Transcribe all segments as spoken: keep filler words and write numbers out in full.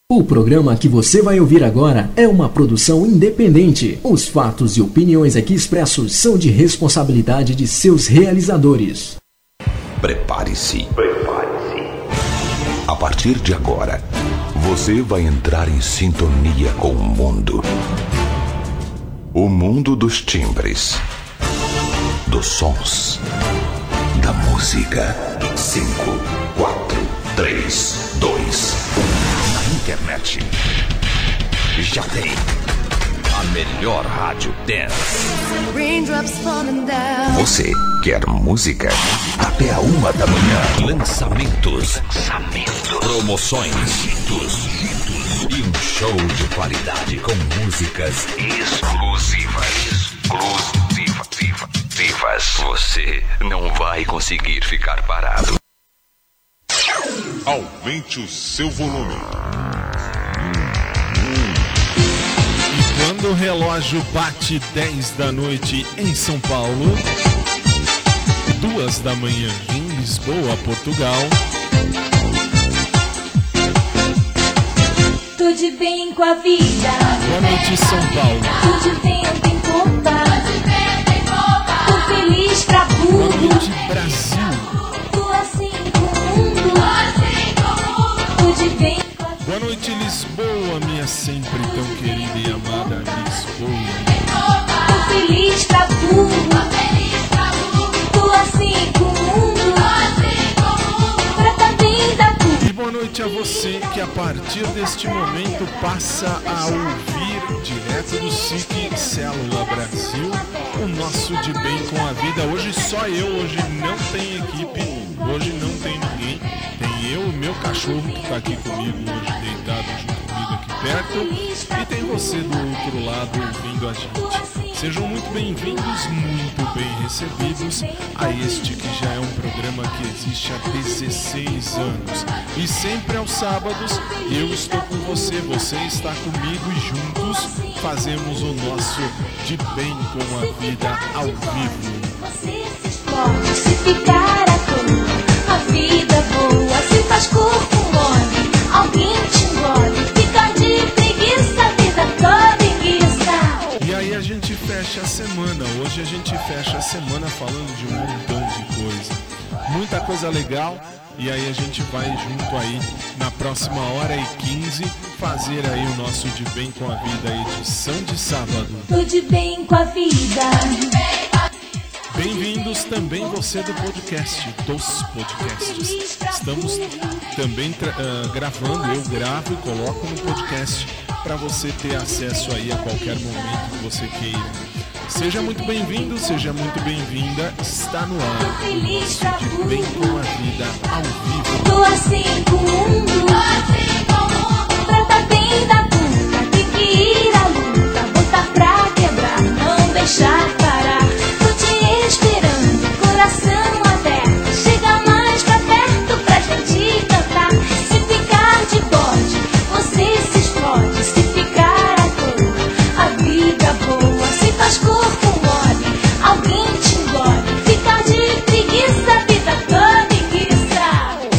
O programa que você vai ouvir agora é uma produção independente. Os fatos e opiniões aqui expressos são de responsabilidade de seus realizadores. Prepare-se. Prepare-se. A partir de agora, você vai entrar em sintonia com o mundo. O mundo dos timbres, dos sons, da música. Cinco, quatro, três, dois, um. Na internet já tem a melhor rádio dance. Você quer música? Até a uma da manhã. Lançamentos, Lançamentos. Promoções e um show de qualidade com músicas exclusivas. Exclusivas. Você não vai conseguir ficar parado. Aumente o seu volume. E quando o relógio bate dez da noite em São Paulo, duas da manhã em Lisboa, Portugal. Tudo bem com a vida. Boa noite, São Paulo. Tudo bem, tem culpa. Tô feliz pra burro. Boa noite, Brasil. Tô assim com o mundo. Tudo bem com a vida. Boa noite, Lisboa, minha sempre tão querida e amada Lisboa. Tô feliz pra burro. Tô assim com o mundo. Pra também dar burro. E boa noite a você que a partir deste momento passa a ouvir direto do S I C Célula Brasil o nosso De Bem com a Vida. Hoje só eu, hoje não tem equipe, hoje não tem ninguém. Tem eu e meu cachorro que está aqui comigo hoje, deitado junto comigo aqui perto. E tem você do outro lado ouvindo a gente. Sejam muito bem-vindos, muito bem recebidos a este que já é um programa que existe há dezesseis anos. E sempre aos sábados eu estou com você, você está comigo e juntos fazemos o nosso De Bem com a Vida ao vivo. Você se explode se ficar à toa. A vida boa se faz corpo mole. Alguém te engole, fica de preguiça, a vida toda enguiça. E aí a gente fecha a semana. Hoje a gente fecha a semana falando de um montão de coisa. Muita coisa legal. E aí a gente vai junto aí na próxima hora e quinze fazer aí o nosso De Bem com a Vida, edição de sábado. Tudo bem com a vida. Bem-vindos também você do podcast, dos podcasts. Estamos também uh, gravando, eu gravo e coloco no podcast para você ter acesso aí a qualquer momento que você queira. Seja muito bem-vindo, seja muito bem-vinda. Está no ar o nosso De Bem com a Vida ao vivo. Tô assim com o mundo. Pra tá bem da puta, tem que ir à luta. Botar pra quebrar, não deixar parar. Tô te esperando, coração aberto. Chega mais pra perto pra gente cantar. Se ficar de bode, você se explode. Se ficar à toa, a vida boa se faz corpo mole. Alguém te engole, fica de preguiça, a vida toda enguiça.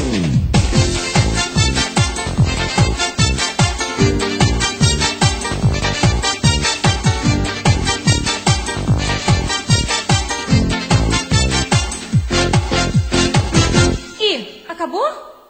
Ih, acabou?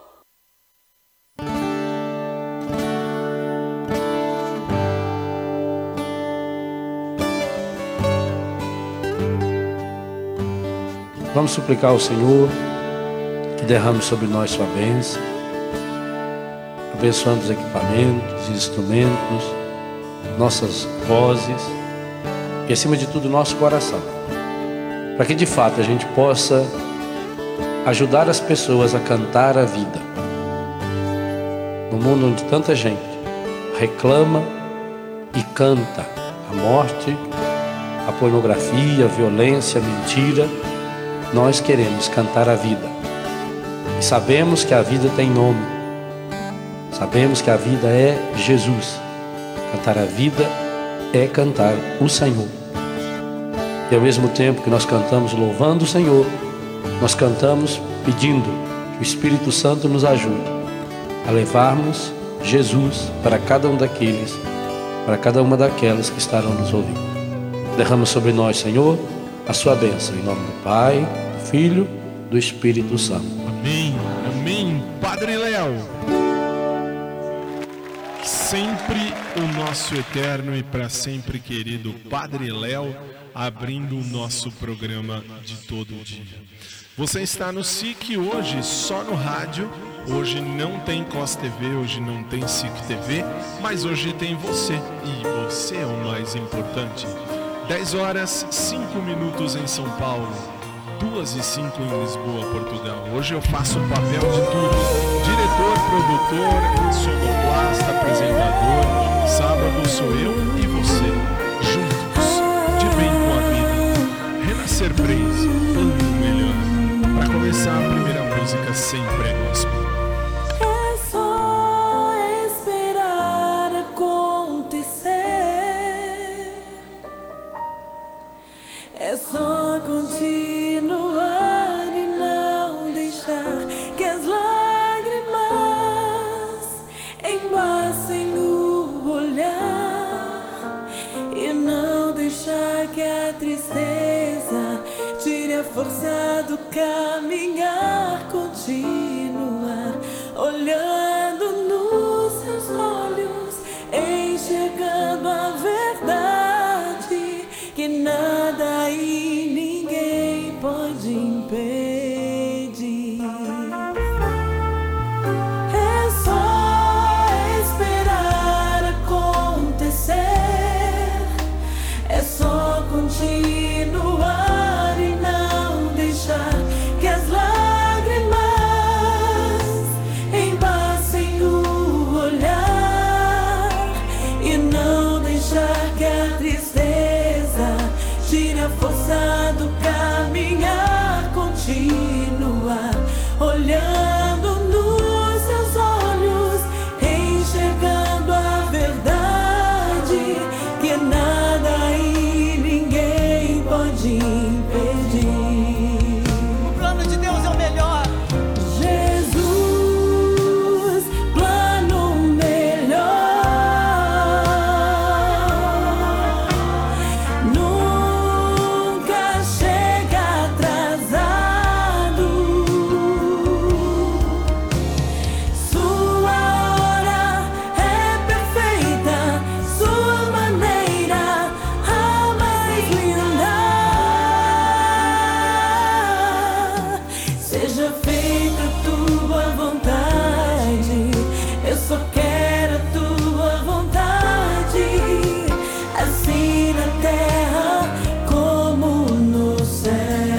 Vamos suplicar ao Senhor que derrame sobre nós sua bênção, abençoando os equipamentos, os instrumentos, nossas vozes e, acima de tudo, nosso coração, para que de fato a gente possa ajudar as pessoas a cantar a vida. No mundo onde tanta gente reclama e canta a morte, a pornografia, a violência, a mentira, nós queremos cantar a vida. E sabemos que a vida tem nome. Sabemos que a vida é Jesus. Cantar a vida é cantar o Senhor. E ao mesmo tempo que nós cantamos louvando o Senhor, nós cantamos pedindo que o Espírito Santo nos ajude a levarmos Jesus para cada um daqueles, para cada uma daquelas que estarão nos ouvindo. Derrama sobre nós, Senhor, a sua bênção, em nome do Pai, do Filho, do Espírito Santo. Amém, amém. Padre Léo, sempre o nosso eterno e para sempre querido Padre Léo, abrindo o nosso programa de todo dia. Você está no S I C hoje só no rádio. Hoje não tem C O S T V, hoje não tem S I C T V, mas hoje tem você, e você é o mais importante. dez horas, cinco minutos em São Paulo, duas e cinco em Lisboa, Portugal. Hoje eu faço o papel de tudo: diretor, produtor, sonoplasta, apresentador. Sábado sou eu e você, juntos, de bem com a vida. Renascer Praise, plano melhor. Para começar, a primeira música sempre é gospel. É só esperar acontecer. É só continuar e não deixar que as lágrimas embaçem o olhar e não deixar que a tristeza tire a força do caminhar, continuar olhando nos seus olhos, enxergando a verdade que nada e ninguém pode impedir. É só esperar acontecer, é só continuar e não deixar que as lágrimas embacem o olhar e não deixar que a tristeza tire a força do caminhar, continuar olhando nos seus olhos, enxergando a verdade que nada e ninguém pode impedir. O plano de Deus é o melhor. Jesus, plano melhor, nunca chega atrasado. Sua hora é perfeita, sua maneira a mais linda. Seja feita a tua vontade, eu só quero a tua vontade, assim na terra como no céu.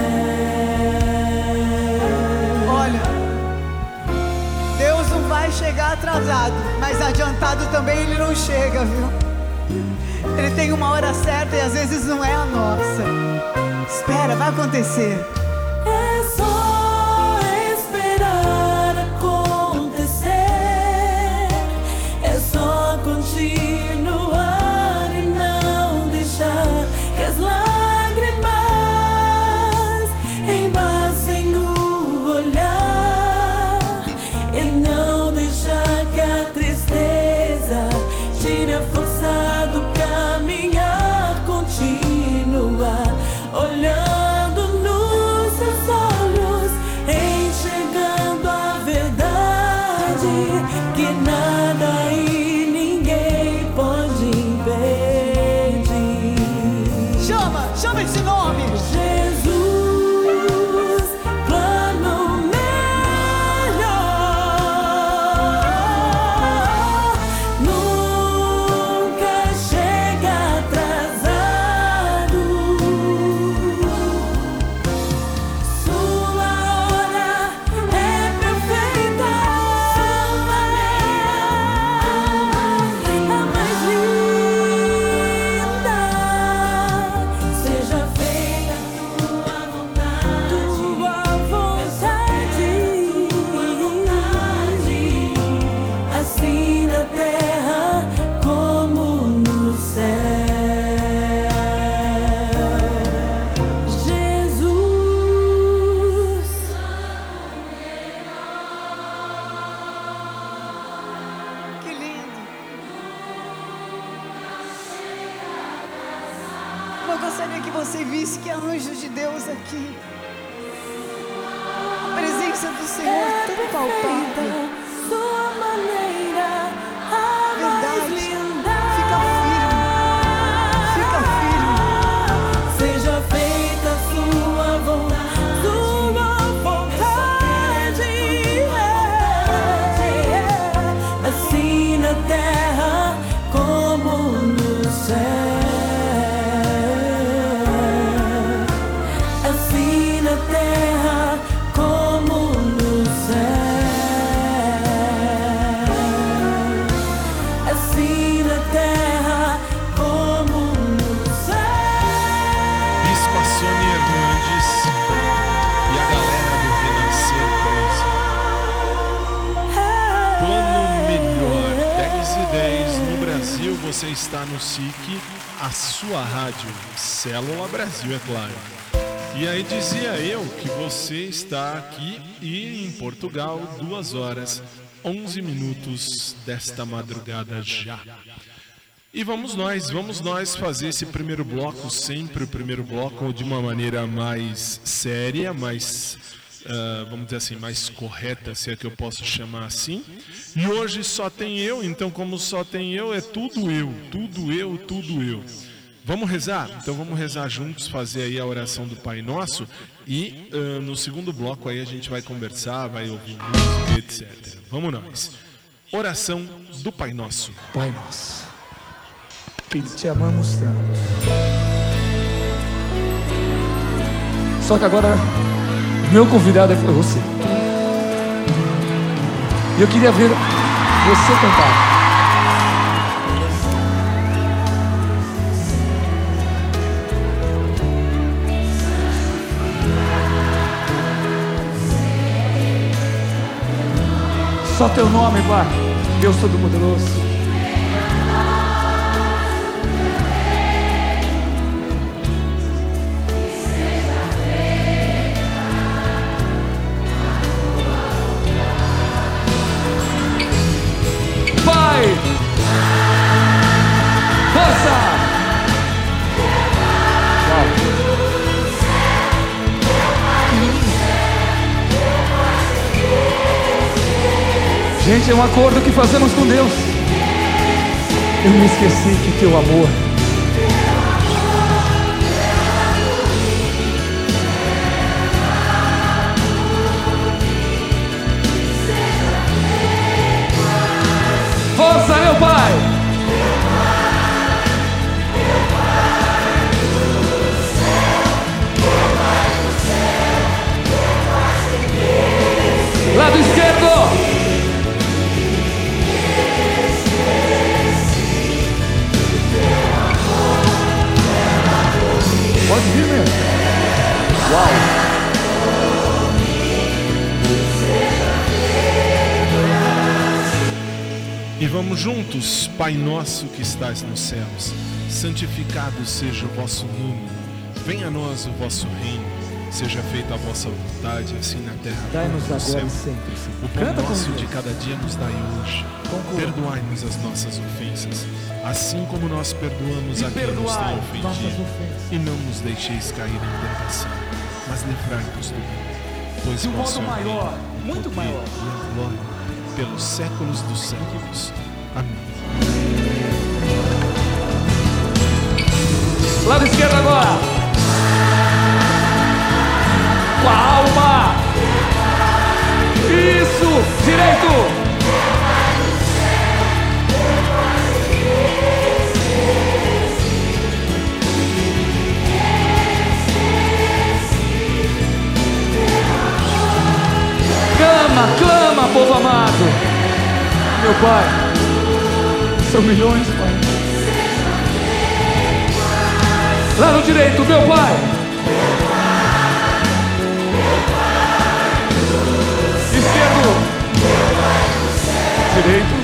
Olha, Deus não vai chegar atrasado, mas adiantado também Ele não chega, viu? Ele tem uma hora certa e às vezes não é a nossa. Espera, vai acontecer. É só esperar acontecer, é só continuar e não deixar que as lágrimas embacem o olhar e não deixar que a tristeza tire a força do caminhar, continuar olhando nos gostaria que você visse que há anjos de Deus aqui. A presença do Senhor tão palpável. Sua maneira, a mais Verdade. linda. Fica firme. Fica firme. Seja feita a sua vontade, sua vontade, é, assim na terra como no céu. Assim na terra como no céu. Assim na terra como no céu. Bispa Sônia Hernandes e a galera do Renascer Praise. Plano Melhor, dez e dez no Brasil. Você está no S I C, a sua rádio Célula Brasil, é claro. E aí dizia eu que você está aqui e em Portugal, duas horas, onze minutos desta madrugada já. E vamos nós, vamos nós fazer esse primeiro bloco, sempre o primeiro bloco de uma maneira mais séria, mais, uh, vamos dizer assim, mais correta, se é que eu posso chamar assim. E hoje só tem eu, então como só tem eu, é tudo eu, tudo eu, tudo eu. Vamos rezar? Então vamos rezar juntos, fazer aí a oração do Pai Nosso e uh, no segundo bloco aí a gente vai conversar, vai ouvir música, etcétera. Vamos nós. Oração do Pai Nosso. Pai Nosso, Filho, te amamos tanto. Só que agora, meu convidado é você. E eu queria ver você cantar. Só teu nome, Pai, Deus Todo-Poderoso. Pai, força! Gente, é um acordo que fazemos com Deus. Eu me esqueci que teu amor força, meu Pai! Lado esquerdo! Pode vir mesmo. Uau! E vamos juntos, Pai Nosso que estás nos céus, santificado seja o vosso nome. Venha a nós o vosso reino. Seja feita a vossa vontade, assim na terra Dai-nos como no agora céu. e sempre, Senhor. O pão Canta nosso com de Deus. cada dia nos dai hoje. Conclua. Perdoai-nos as nossas ofensas, assim como nós perdoamos E a quem nos tem perdoai nossas ofendido. ofensas. E não nos deixeis cair em tentação, mas livrai-nos do mal. Pois De um vosso modo é o reino, maior, o muito poder maior. e a glória, pelos séculos dos séculos. Amém. Lado esquerdo agora. Com a alma. Isso. Direito. Clama, clama, povo amado. Meu Pai, são milhões, Pai. Lado direito, meu Pai. Esquerdo. Direito.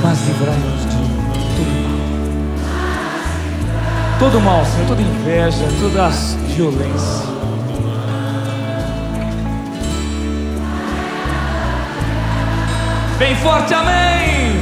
mas livrai-nos de todo mal. Todo mal, Senhor, toda inveja, toda violência. Bem forte, amém!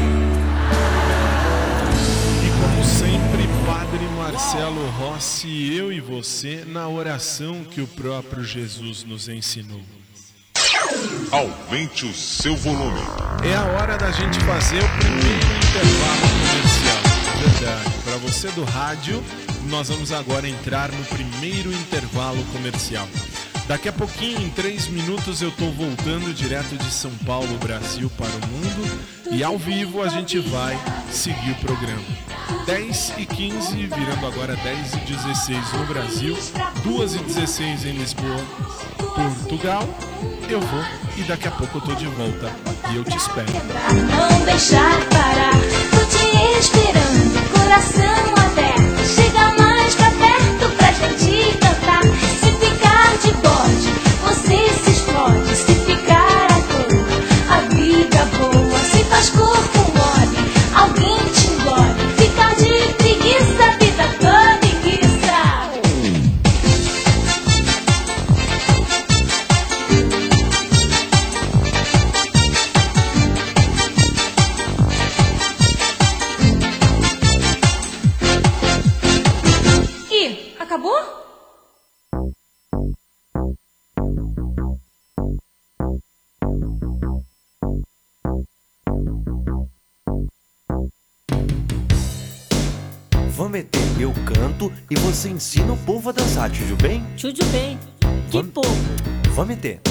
E como sempre, Padre Marcelo Rossi, eu e você, na oração que o próprio Jesus nos ensinou. Aumente o seu volume. É a hora da gente fazer o primeiro intervalo comercial. Verdade. Para você do rádio, nós vamos agora entrar no primeiro intervalo comercial. Daqui a pouquinho, em três minutos, eu estou voltando direto de São Paulo, Brasil, para o mundo. E ao vivo a gente vai seguir o programa. dez e quinze, virando agora dez e dezesseis no Brasil. duas e dezesseis em Lisboa, Portugal. Eu vou e daqui a pouco eu tô de volta. E eu te espero. Não deixar parar, tô te esperando, coração aberto. Chega mais pra perto pra gente cantar. Se ficar de bode, você se explode. Se ficar à toa, a vida boa. Se faz corpo mole, alguém te engole. Ficar de preguiça, a vida toda enguiça. Ih, acabou? Vamos meter, eu canto e você ensina o povo a dançar, tudo bem? Tudo bem. Que Vam- povo? Vamos meter.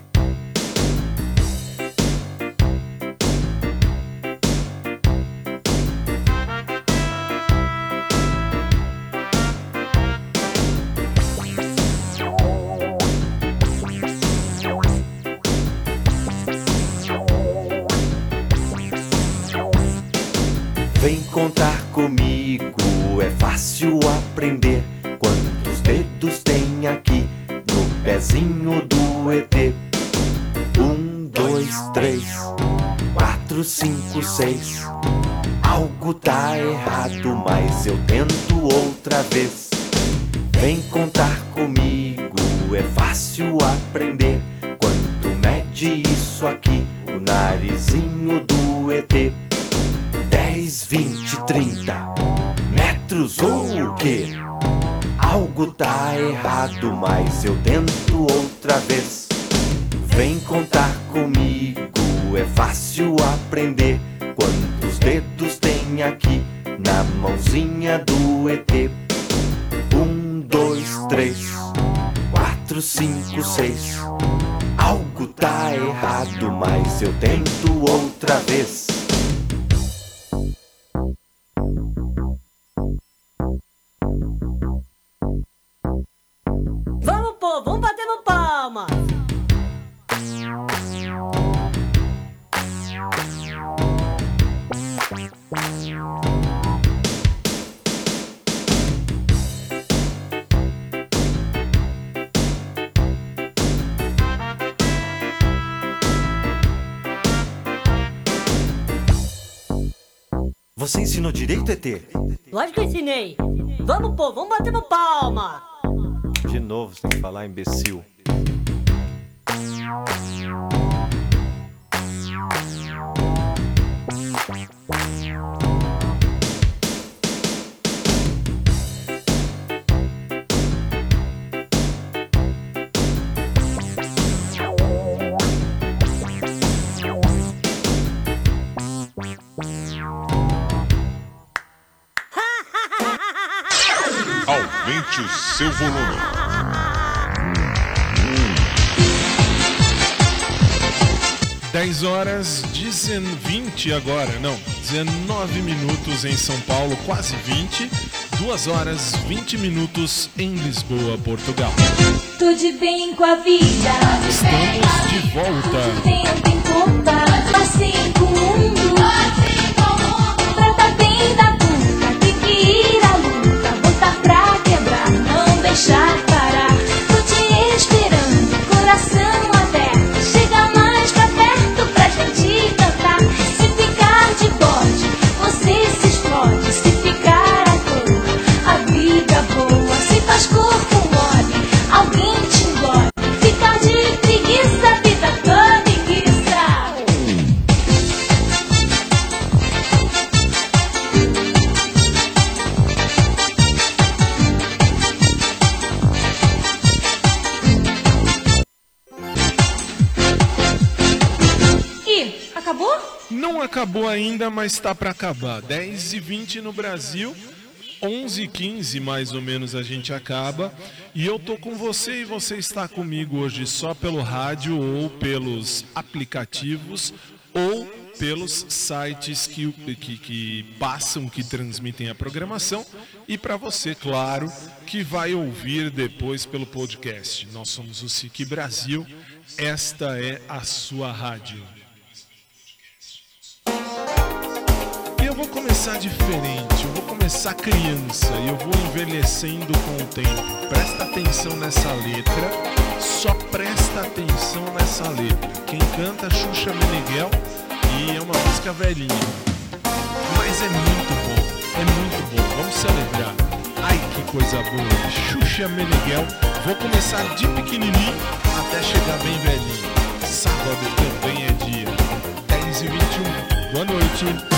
Vem contar comigo, é fácil aprender. Quantos dedos tem aqui no pezinho do E T? Um, dois, três, quatro, cinco, seis. Algo tá errado, mas eu tento outra vez. Vem contar comigo, é fácil aprender. Quanto mede isso aqui, o narizinho do E T? Dez, vinte, trinta metros ou o quê? Algo tá errado, mas eu tento outra vez. Vem contar comigo, é fácil aprender. Quantos dedos tem aqui na mãozinha do E T? Um, dois, três, quatro, cinco, seis. Algo tá errado, mas eu tento outra vez. Vamos, povo, vamos batendo palma. Você ensinou direito, E T? Lógico que eu ensinei. Vamos, povo, vamos batendo palma. De novo, você tem que falar, imbecil. Aumente o seu volume. dez horas, vinte agora, não, dezenove minutos em São Paulo, quase vinte. duas horas, vinte minutos em Lisboa, Portugal. Tô de bem com a vida. Estamos de volta. Tenta encurtar, passei com o mundo. Pra tá bem da puta, tem que ir à luta. Botar pra quebrar, não deixar parar. Tô te esperando, coração aberto. Chega mais pra perto pra gente cantar. Se ficar de bode, Acabou? Não acabou ainda, mas está para acabar. dez e vinte no Brasil, onze e quinze mais ou menos a gente acaba. E eu tô com você e você está comigo hoje só pelo rádio ou pelos aplicativos ou pelos sites que, que, que passam, que transmitem a programação. E para você, claro, que vai ouvir depois pelo podcast. Nós somos o S I C Brasil, esta é a sua rádio. Eu vou começar diferente, eu vou começar criança e eu vou envelhecendo com o tempo. Presta atenção nessa letra, só presta atenção nessa letra. Quem canta Xuxa Meneghel e é uma música velhinha, mas é muito bom, é muito bom, vamos celebrar. Ai, que coisa boa, Xuxa Meneghel. Vou começar de pequenininho até chegar bem velhinho. Sábado também é dia, dez e vinte e um, boa noite.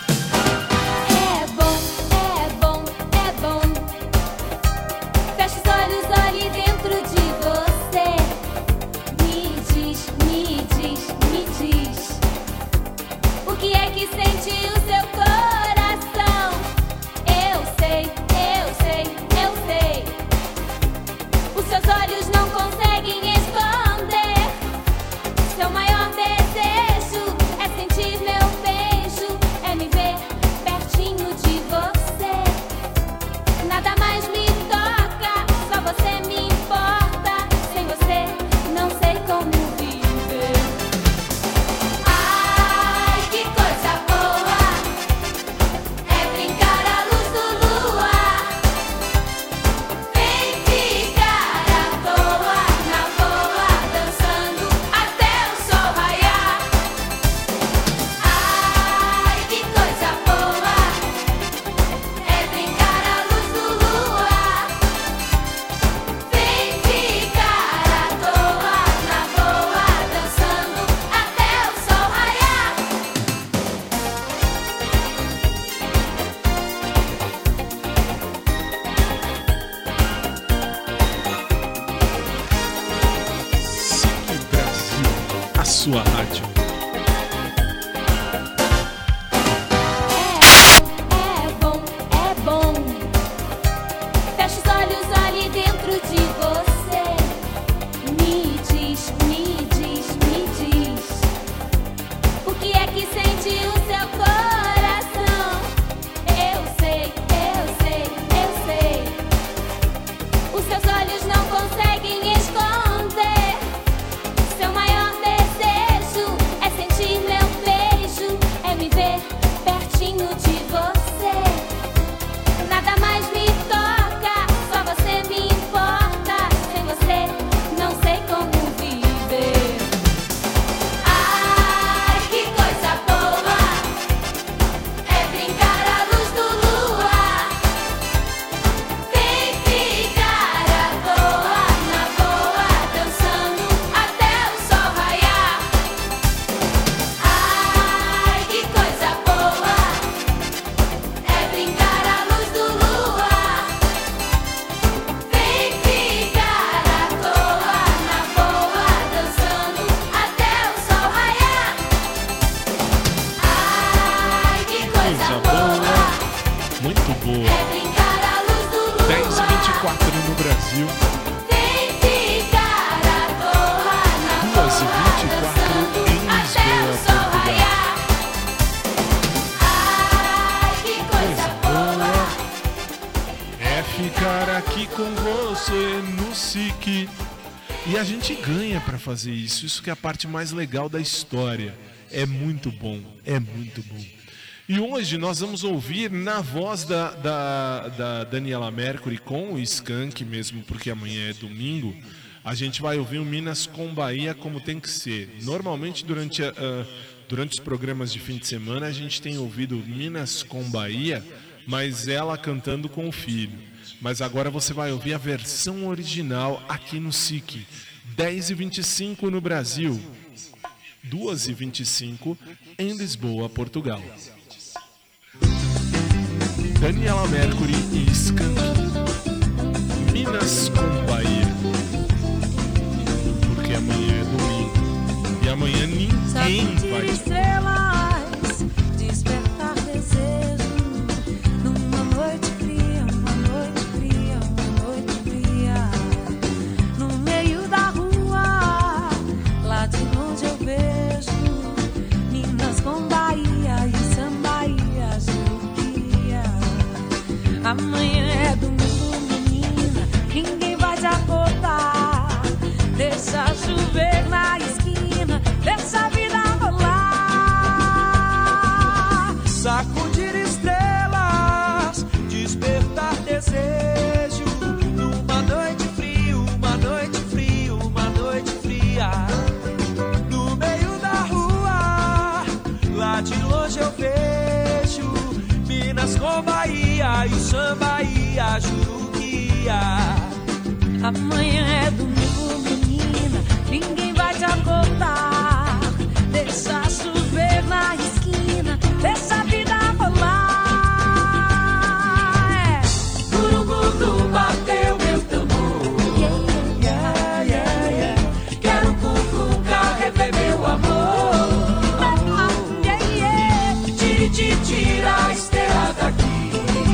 Sua rádio. É bom, é bom. Fecha os olhos, olhe dentro de você. Me diz, me diz, me diz. O que é que sente o seu coração? Eu sei, eu sei, eu sei. Os seus olhos não conseguem esconder seu maior desejo. É sentir meu beijo, é me ver pertinho de você. Nada mais me toca, só você me importa. Sem você não sei como viver. Ai, que coisa boa é brincar à luz do luar. Vem ficar à toa, na boa, dançando até o sol raiar. Ai, que coisa boa é brincar à luz do luar. Vem ficar à toa, na boa, dançando até o sol raiar. Ai, que coisa Coisa boa boa, muito boa. é brincar à luz do luar. dez e vinte e quatro no Brasil, Vem ficar à toa, na duas e boa, vinte e quatro dançando em até o Lisboa, sol Portugal. raiar. Ai, que coisa boa É ficar aqui com você no S I C. E a gente ganha pra fazer isso. Isso que é a parte mais legal da história. É muito bom, é muito bom. E hoje nós vamos ouvir na voz da, da, da Daniela Mercury com o Skank mesmo, porque amanhã é domingo. A gente vai ouvir o Minas com Bahia como tem que ser. Normalmente durante, a, a, durante os programas de fim de semana a gente tem ouvido Minas com Bahia, mas ela cantando com o filho. Mas agora você vai ouvir a versão original aqui no S I C. dez e vinte e cinco no Brasil, duas e vinte e cinco em Lisboa, Portugal. Daniela Mercury e Skank, Minas com Bahia. Porque amanhã é domingo e amanhã ninguém vai. Amanhã é domingo, menina, ninguém vai te acordar. Deixa chover na esquina, deixa a vida rolar. Sacudir estrelas, despertar desejo. Numa noite fria, uma noite fria, uma noite fria. No meio da rua, lá de longe eu vejo Minas com Bahia e samba ia, juro que ia. Amanhã é domingo, menina, ninguém vai te acordar. Deixa chover na esquina, deixa a vida rolar. É. Gurugudu bateu meu tambor. Yeah, yeah, yeah. Quero cucuca rever meu amor. Yeah, yeah. Tire, tire, tira a esteira daqui,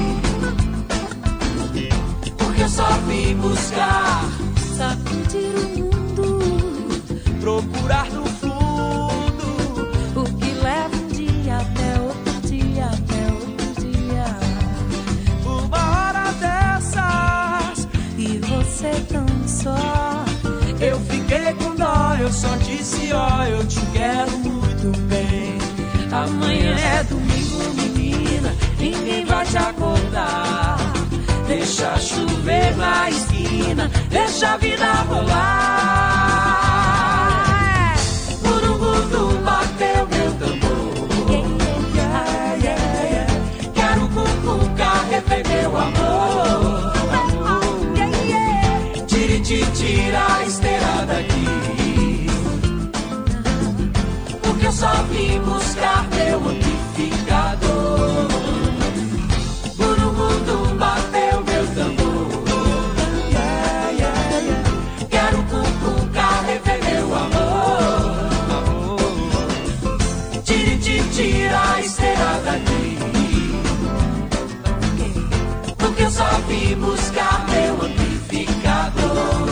porque eu só vim buscar sacudir o mundo, procurar no fundo o que leva um dia até outro dia, até outro dia. Uma hora dessas e você tão só. Eu fiquei com dó, eu só disse ó, eu te quero muito bem. Amanhã é domingo, menina, ninguém vai te acordar. Deixa chover na esquina, deixa a vida rolar. Gurugudu bateu meu tambor. Yeah, yeah, yeah. Quero cucuca rever meu amor. Yeah, yeah. Tire, tire, tira a esteira daqui, porque eu só vim buscar meu amplificador. Gurugudu bateu meu tambor. Yeah, yeah, yeah. Quero cucuca rever meu amor. Tire, tire, tira a esteira daqui, porque eu só vim buscar meu amplificador.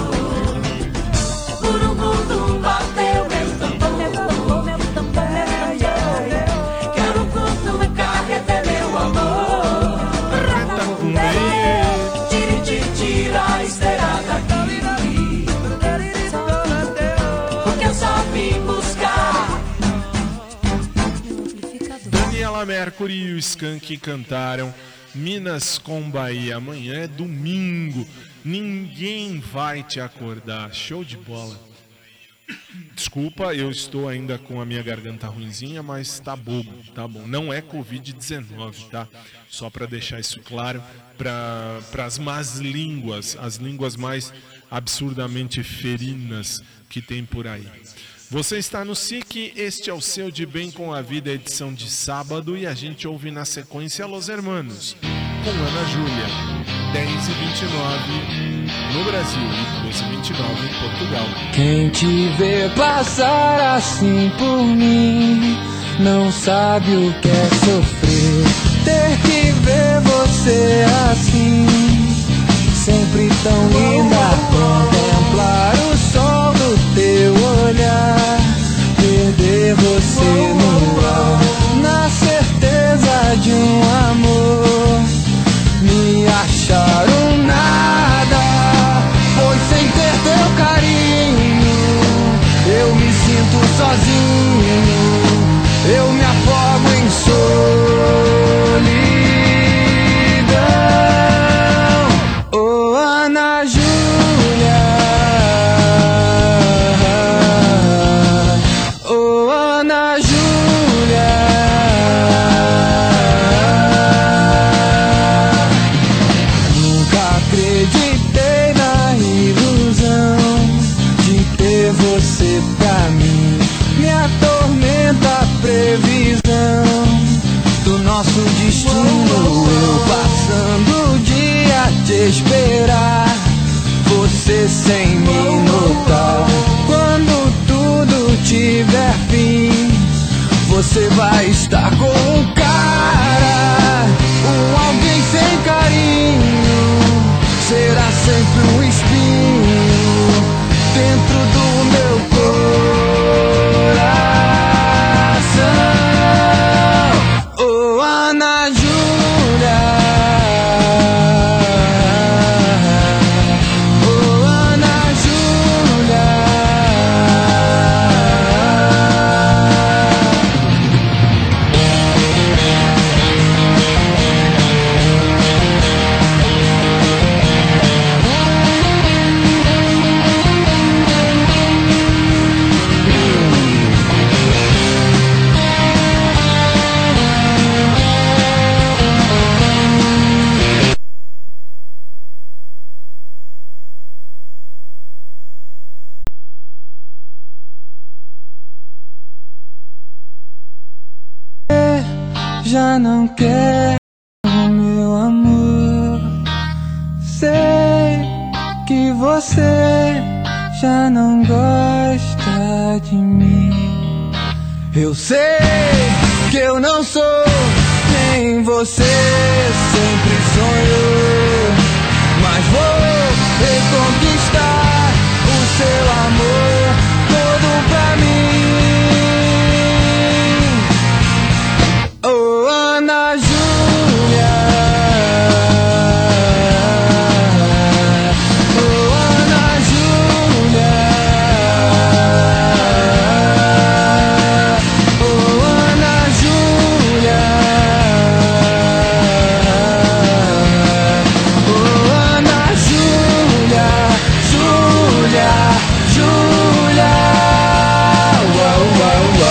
Gurugudu bateu meu tambor. Yeah, yeah, yeah. Quero cucuca rever meu amor. Tire, tire, tira a esteira daqui, porque eu só vim buscar. Daniela Mercury e o Skank cantaram Minas com Bahia. Amanhã é domingo, ninguém vai te acordar. Show de bola. Desculpa, eu estou ainda com a minha garganta ruinzinha, mas tá bom, tá bom. Não é covid dezenove, tá? Só para deixar isso claro para as más línguas, as línguas mais absurdamente ferinas que tem por aí. Você está no S I C, este é o seu De Bem com a Vida, edição de sábado, e a gente ouve na sequência Los Hermanos, com Ana Júlia, dez e vinte e nove no Brasil e doze e vinte e nove em Portugal. Quem te vê passar assim por mim não sabe o que é sofrer. Ter que ver você assim, sempre tão linda, contemplar o sol do teu olhar, perder você no ar, na certeza de um amor, me achar um nada, pois sem ter teu carinho eu me sinto sozinho, eu me afogo em solidão. Oh, Ana Júlia, oh, Ana Júlia, nunca acreditei na ilusão de ter você pra mim, me atormenta a previsão do nosso destino, eu passando o dia a te esperar, você sem me notar, quando tudo tiver fim, você vai estar com um cara, um alguém sem carinho, será sempre um espinho dentro do meu coração. Oh, Ana Júlia, já não quer o meu amor. Sei que você já não gosta de mim. Eu sei que eu não sou quem você sempre sonhou, mas vou reconquistar o seu amor todo pra mim. Oh, Ana Júlia, oh, Ana Júlia, oh, Ana Júlia, oh, Ana Júlia, Júlia, Júlia, uau, uau,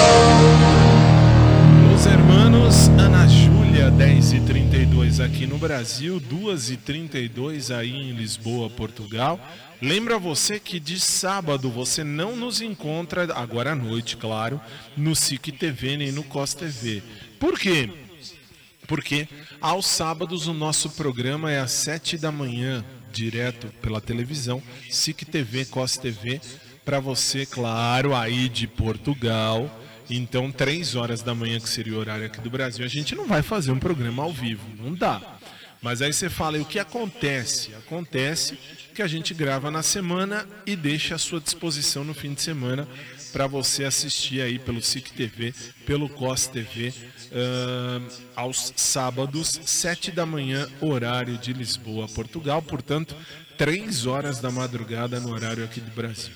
uau. Os hermanos Ana Júlia, dez e trinta e dois aqui no Brasil, duas e trinta e dois aí em Lisboa, Portugal. Lembra você que de sábado você não nos encontra, agora à noite, claro, no S I C T V nem no C O S T V. Por quê? Porque aos sábados o nosso programa é às sete da manhã, direto pela televisão, S I C T V, C O S T V, para você, claro, aí de Portugal. Então, três horas da manhã, que seria o horário aqui do Brasil, a gente não vai fazer um programa ao vivo, não dá. Mas aí você fala, e o que acontece? Acontece que a gente grava na semana e deixa à sua disposição no fim de semana para você assistir aí pelo S I C T V, pelo C O S T V, uh, aos sábados, sete da manhã, horário de Lisboa, Portugal. Portanto, três horas da madrugada no horário aqui do Brasil.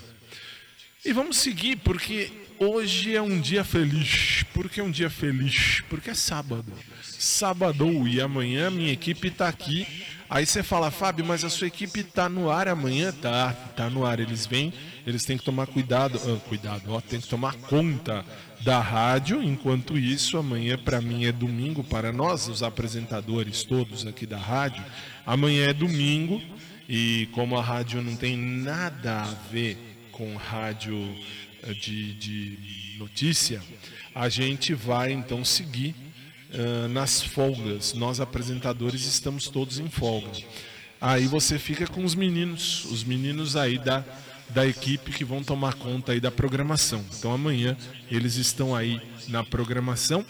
E vamos seguir, porque hoje é um dia feliz. Por que é um dia feliz? Porque é sábado. Sábado, e amanhã minha equipe está aqui. Aí você fala, Fábio, mas a sua equipe está no ar amanhã? Tá, tá no ar. Eles vêm, eles têm que tomar cuidado, uh, cuidado, ó, tem que tomar conta da rádio. Enquanto isso, amanhã para mim é domingo, para nós, os apresentadores todos aqui da rádio. Amanhã é domingo, e como a rádio não tem nada a ver com rádio de, de notícia, a gente vai então seguir uh, nas folgas. Nós apresentadores estamos todos em folga. Aí você fica com os meninos, os meninos aí da, da equipe que vão tomar conta aí da programação. Então amanhã eles estão aí na programação.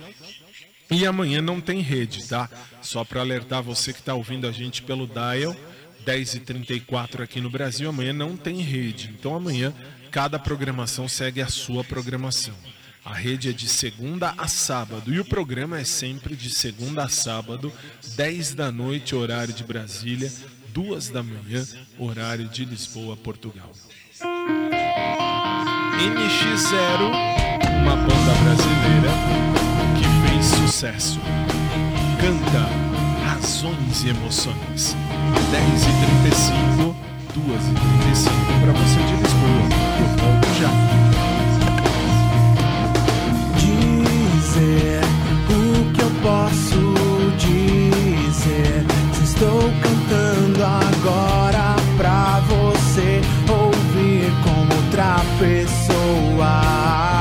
E amanhã não tem rede, tá? Só para alertar você que está ouvindo a gente pelo dial, dez e trinta e quatro aqui no Brasil, amanhã não tem rede. Então amanhã cada programação segue a sua programação. A rede é de segunda a sábado e o programa é sempre de segunda a sábado, dez da noite, horário de Brasília, duas da manhã, horário de Lisboa, Portugal. N X zero, uma banda brasileira que fez sucesso. Canta Razões e Emoções. dez e trinta e cinco, duas e trinta e cinco para você de Lisboa. Eu volto já. Dizer o que eu posso dizer. Se estou cantando agora pra você ouvir como outra pessoa.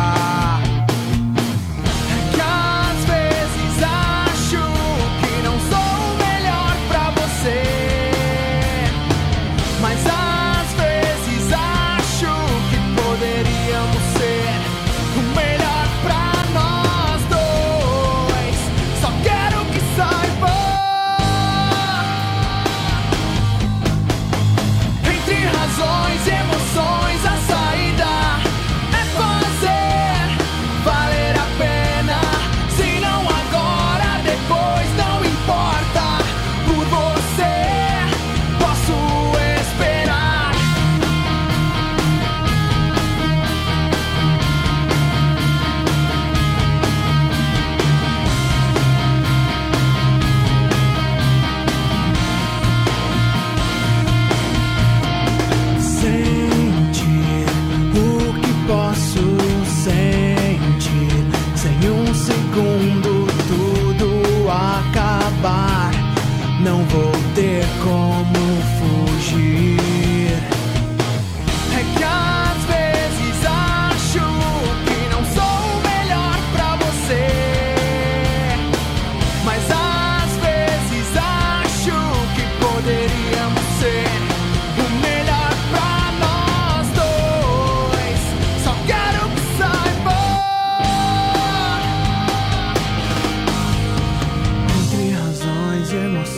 Não vou ter como fugir. É que às vezes acho que não sou o melhor pra você,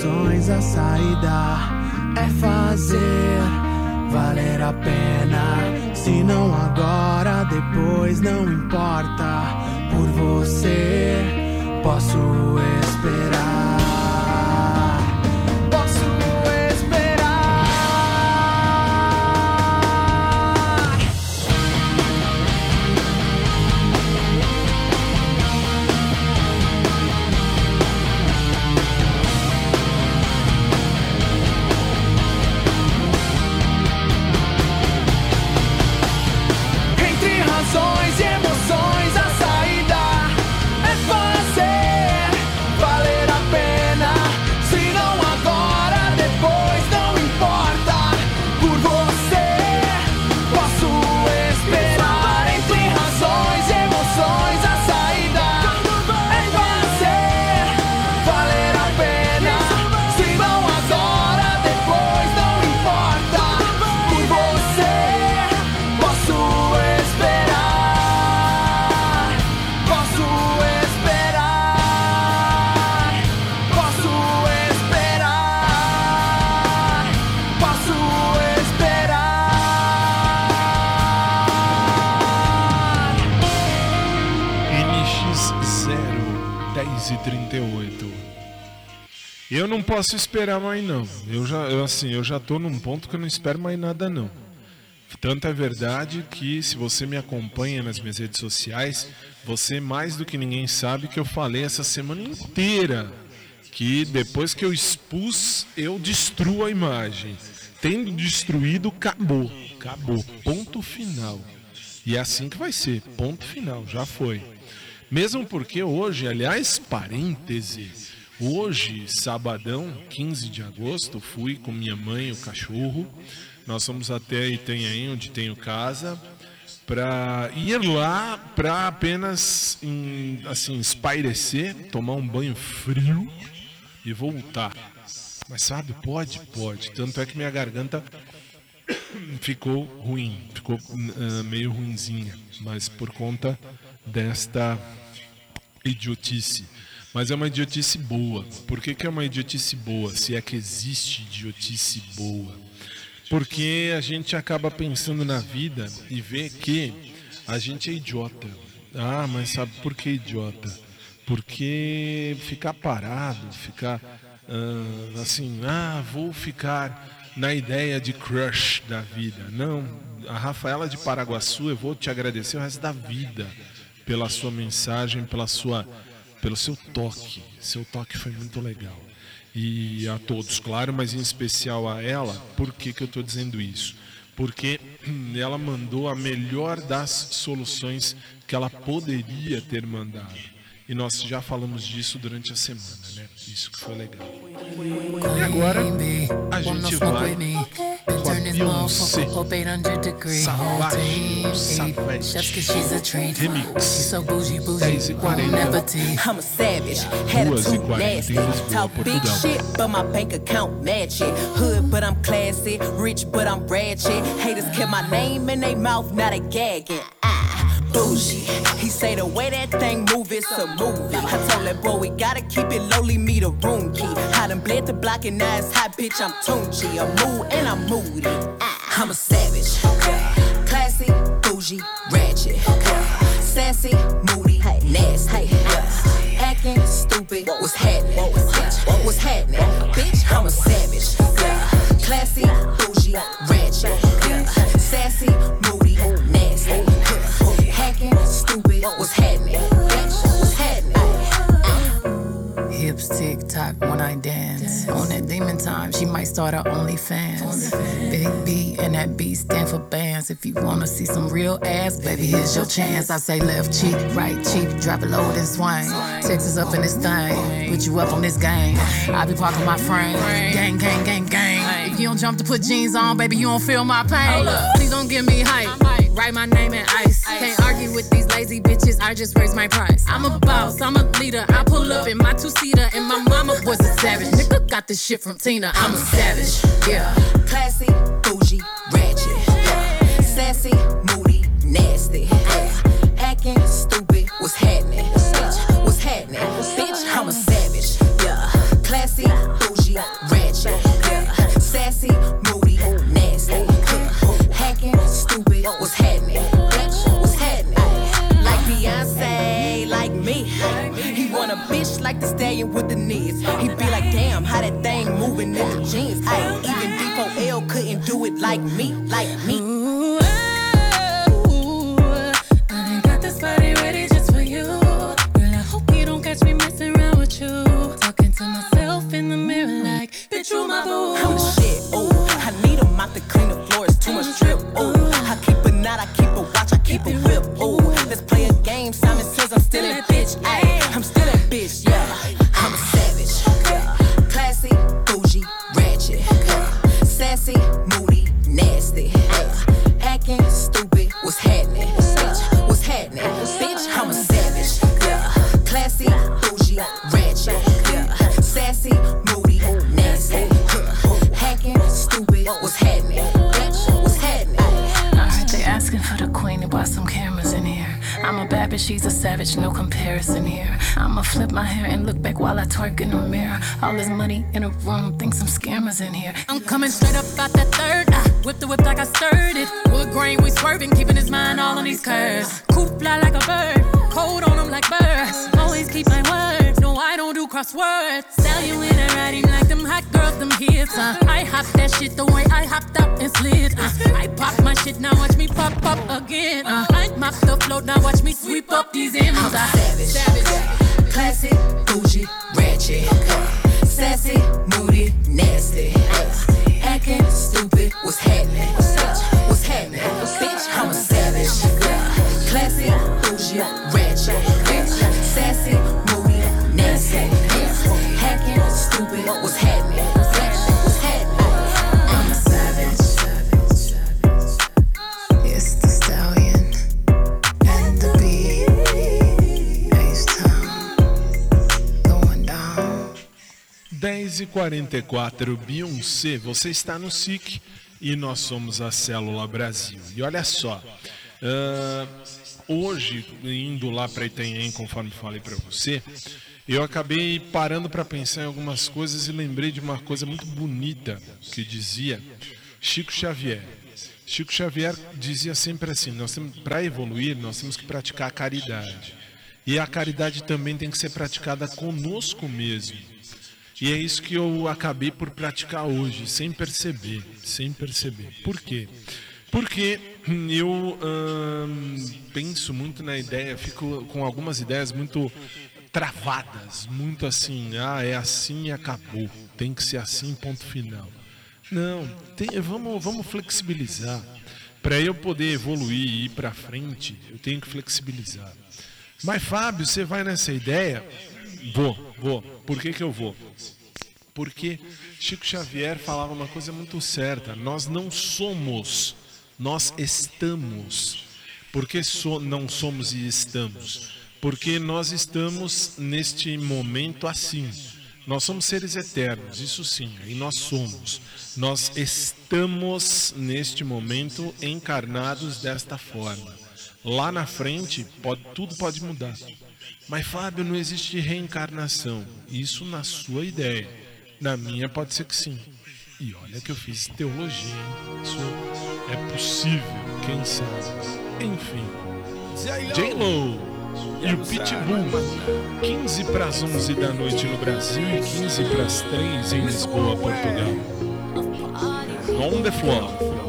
razões, a saída é fazer valer a pena. Se não agora, depois não importa. Por você posso esperar. Eu não posso esperar mais não. Eu já, eu, assim, eu já tô num ponto que eu não espero mais nada não. Tanto é verdade que se você me acompanha nas minhas redes sociais, você mais do que ninguém sabe que eu falei essa semana inteira que depois que eu expus, eu destruo a imagem. Tendo destruído, acabou. Acabou. Ponto final. E é assim que vai ser. Ponto final. Já foi. Mesmo porque hoje, aliás, parêntese, hoje, sabadão, quinze de agosto, fui com minha mãe e o cachorro. Nós fomos até Itanhaém, onde tenho casa, para ir lá para apenas em, assim, espairecer, tomar um banho frio e voltar. Mas sabe, pode, pode. Tanto é que minha garganta ficou ruim, ficou uh, meio ruinzinha, mas por conta desta idiotice. Mas é uma idiotice boa. Por que que é uma idiotice boa? Se é que existe idiotice boa. Porque a gente acaba pensando na vida e vê que a gente é idiota. Ah, mas sabe por que idiota? Porque ficar parado, ficar uh, assim, ah, vou ficar na ideia de crush da vida. Não, a Rafaela de Paraguaçu, eu vou te agradecer o resto da vida pela sua mensagem, pela sua, pelo seu toque. Seu toque foi muito legal. E a todos, claro, mas em especial a ela. Por que que eu estou dizendo isso? Porque ela mandou a melhor das soluções que ela poderia ter mandado. E nós já falamos disso durante a semana, né? Isso que foi legal. E agora a gente vai com a Beyoncé, Savage, Savage, Remix, dez e quarenta, I'm a savage, attitude nasty, talk big shit, but my bank account match it. Hood, but I'm classy, rich, but I'm ratchet. Haters kept my name in their mouth, now they gagging. Ah, bougie. He say the way that thing move, it's a movie. I told that boy we gotta keep it lowly, me the room key. I done bled the block and now it's hot, bitch, I'm Tunchi. I'm mood and I'm moody. Ah, I'm a savage, classy, bougie, ratchet, sassy, moody, nasty, acting stupid. What's happening? Bitch, what's happening? Bitch, I'm a savage, classy, bougie, ratchet, sassy, moody, nasty, hacking stupid. What's happening? Bitch, what's happening? Hips tick tock when I dance. On that demon time, she might start her OnlyFans. Big B and that B stand for bands. If you wanna see some real ass, baby, here's your chance. I say left cheek, right cheek, drop it low and swing. Texas up in this thing, put you up on this game. I be parking my frame, gang, gang, gang, gang. If you don't jump to put jeans on, baby, you don't feel my pain. Please don't give me hype. Write my name in ice. Can't argue with these lazy bitches, I just raise my price. I'm a boss, I'm a leader. I pull up in my two-seater and my mama was a savage. Nigga got this shit from Tina, I'm a savage. Yeah. Classy, bougie, ratchet. Yeah. Sassy, moody, nasty. Yeah. Acting stupid. What's happening? Bitch, what's happening? Bitch, I'm a savage. Yeah. Classy, bougie, He want a bitch like the stallion with the knees. He be like, damn, how that thing moving in the jeans. Ay, even D four L couldn't do it like me, like me. Ooh, ooh, I got this body ready just for you. Girl, I hope you don't catch me messing around with you. Talking to myself in the mirror like, bitch, you my boo. I'm the shit, ooh. I need a mop to clean the floors, too much drip, ooh. I keep a knot, I keep a watch, I keep a whip, ooh. Let's play a game, Simon says I'm still that bitch, ayy. I'm still that bitch, yeah. I'm a savage, yeah. Classy, bougie, ratchet, yeah. Sassy, moody, nasty, yeah. Acting stupid, what's happening? Bitch, what's happening? Bitch, I'm a savage, yeah. Classy, bougie, ratchet, yeah. Sassy, moody, nasty, yeah. Hacking, stupid, what's happening? Bitch, what's happening? I heard they asking for the queen to buy some cameras in here. I'm a bad bitch, she's a savage, no comparison here. I'ma flip my hair and look back while I twerk in the mirror. All this money in a room, think some scammers in here. I'm coming straight up out that third. I whip the whip like I stirred it. Wood grain, we swerving, keeping his mind all on these curves. Coop fly like a bird, cold on him like birds. Always keep my word, no I don't do crosswords. Sell you in and ride him like them hot girls, them hits. Uh. I hop that shit the way I hopped up and slid. Uh. I pop my shit, now watch me pop up again. Uh. I mop the float, now watch me sweep up these M's. I'm savage, savage, classy, bougie, ratchet, sassy, moody, nasty, acting stupid, what's happening? What's happening? Bitch, I'm a savage, classy, bougie, ratchet, sassy, moody, nasty, hacking, stupid, what's happening? What's happening? I'm a savage. It's the stallion and the beat. dez e quarenta e quatro, Beyoncé, você está no S I C e nós somos a Célula Brasil. E olha só, uh, hoje, indo lá para Itanhaém, conforme falei para você, eu acabei parando para pensar em algumas coisas e lembrei de uma coisa muito bonita que dizia Chico Xavier. Chico Xavier dizia sempre assim, nós temos, para evoluir, nós temos que praticar a caridade. E a caridade também tem que ser praticada conosco mesmo. E é isso que eu acabei por praticar hoje, sem perceber, sem perceber. Por quê? Porque eu hum, penso muito na ideia, fico com algumas ideias muito travadas, muito assim, ah, é assim e acabou, tem que ser assim, ponto final. Não, tem, vamos, vamos flexibilizar. Para eu poder evoluir e ir para frente, eu tenho que flexibilizar. Mas Fábio, você vai nessa ideia? Vou, vou. Por que que eu vou? Porque Chico Xavier falava uma coisa muito certa. Nós não somos, nós estamos. Por que so, não somos e estamos? Porque nós estamos neste momento assim. Nós somos seres eternos, isso sim, e nós somos. Nós estamos neste momento encarnados desta forma. Lá na frente, pode, tudo pode mudar. Mas, Fábio, não existe reencarnação. Isso na sua ideia. Na minha, pode ser que sim. E olha que eu fiz teologia, hein? Isso é possível, quem sabe. Enfim. J-Lo e o Pitbull. quinze para as onze da noite no Brasil e quinze para as três em Lisboa, Portugal. On the floor.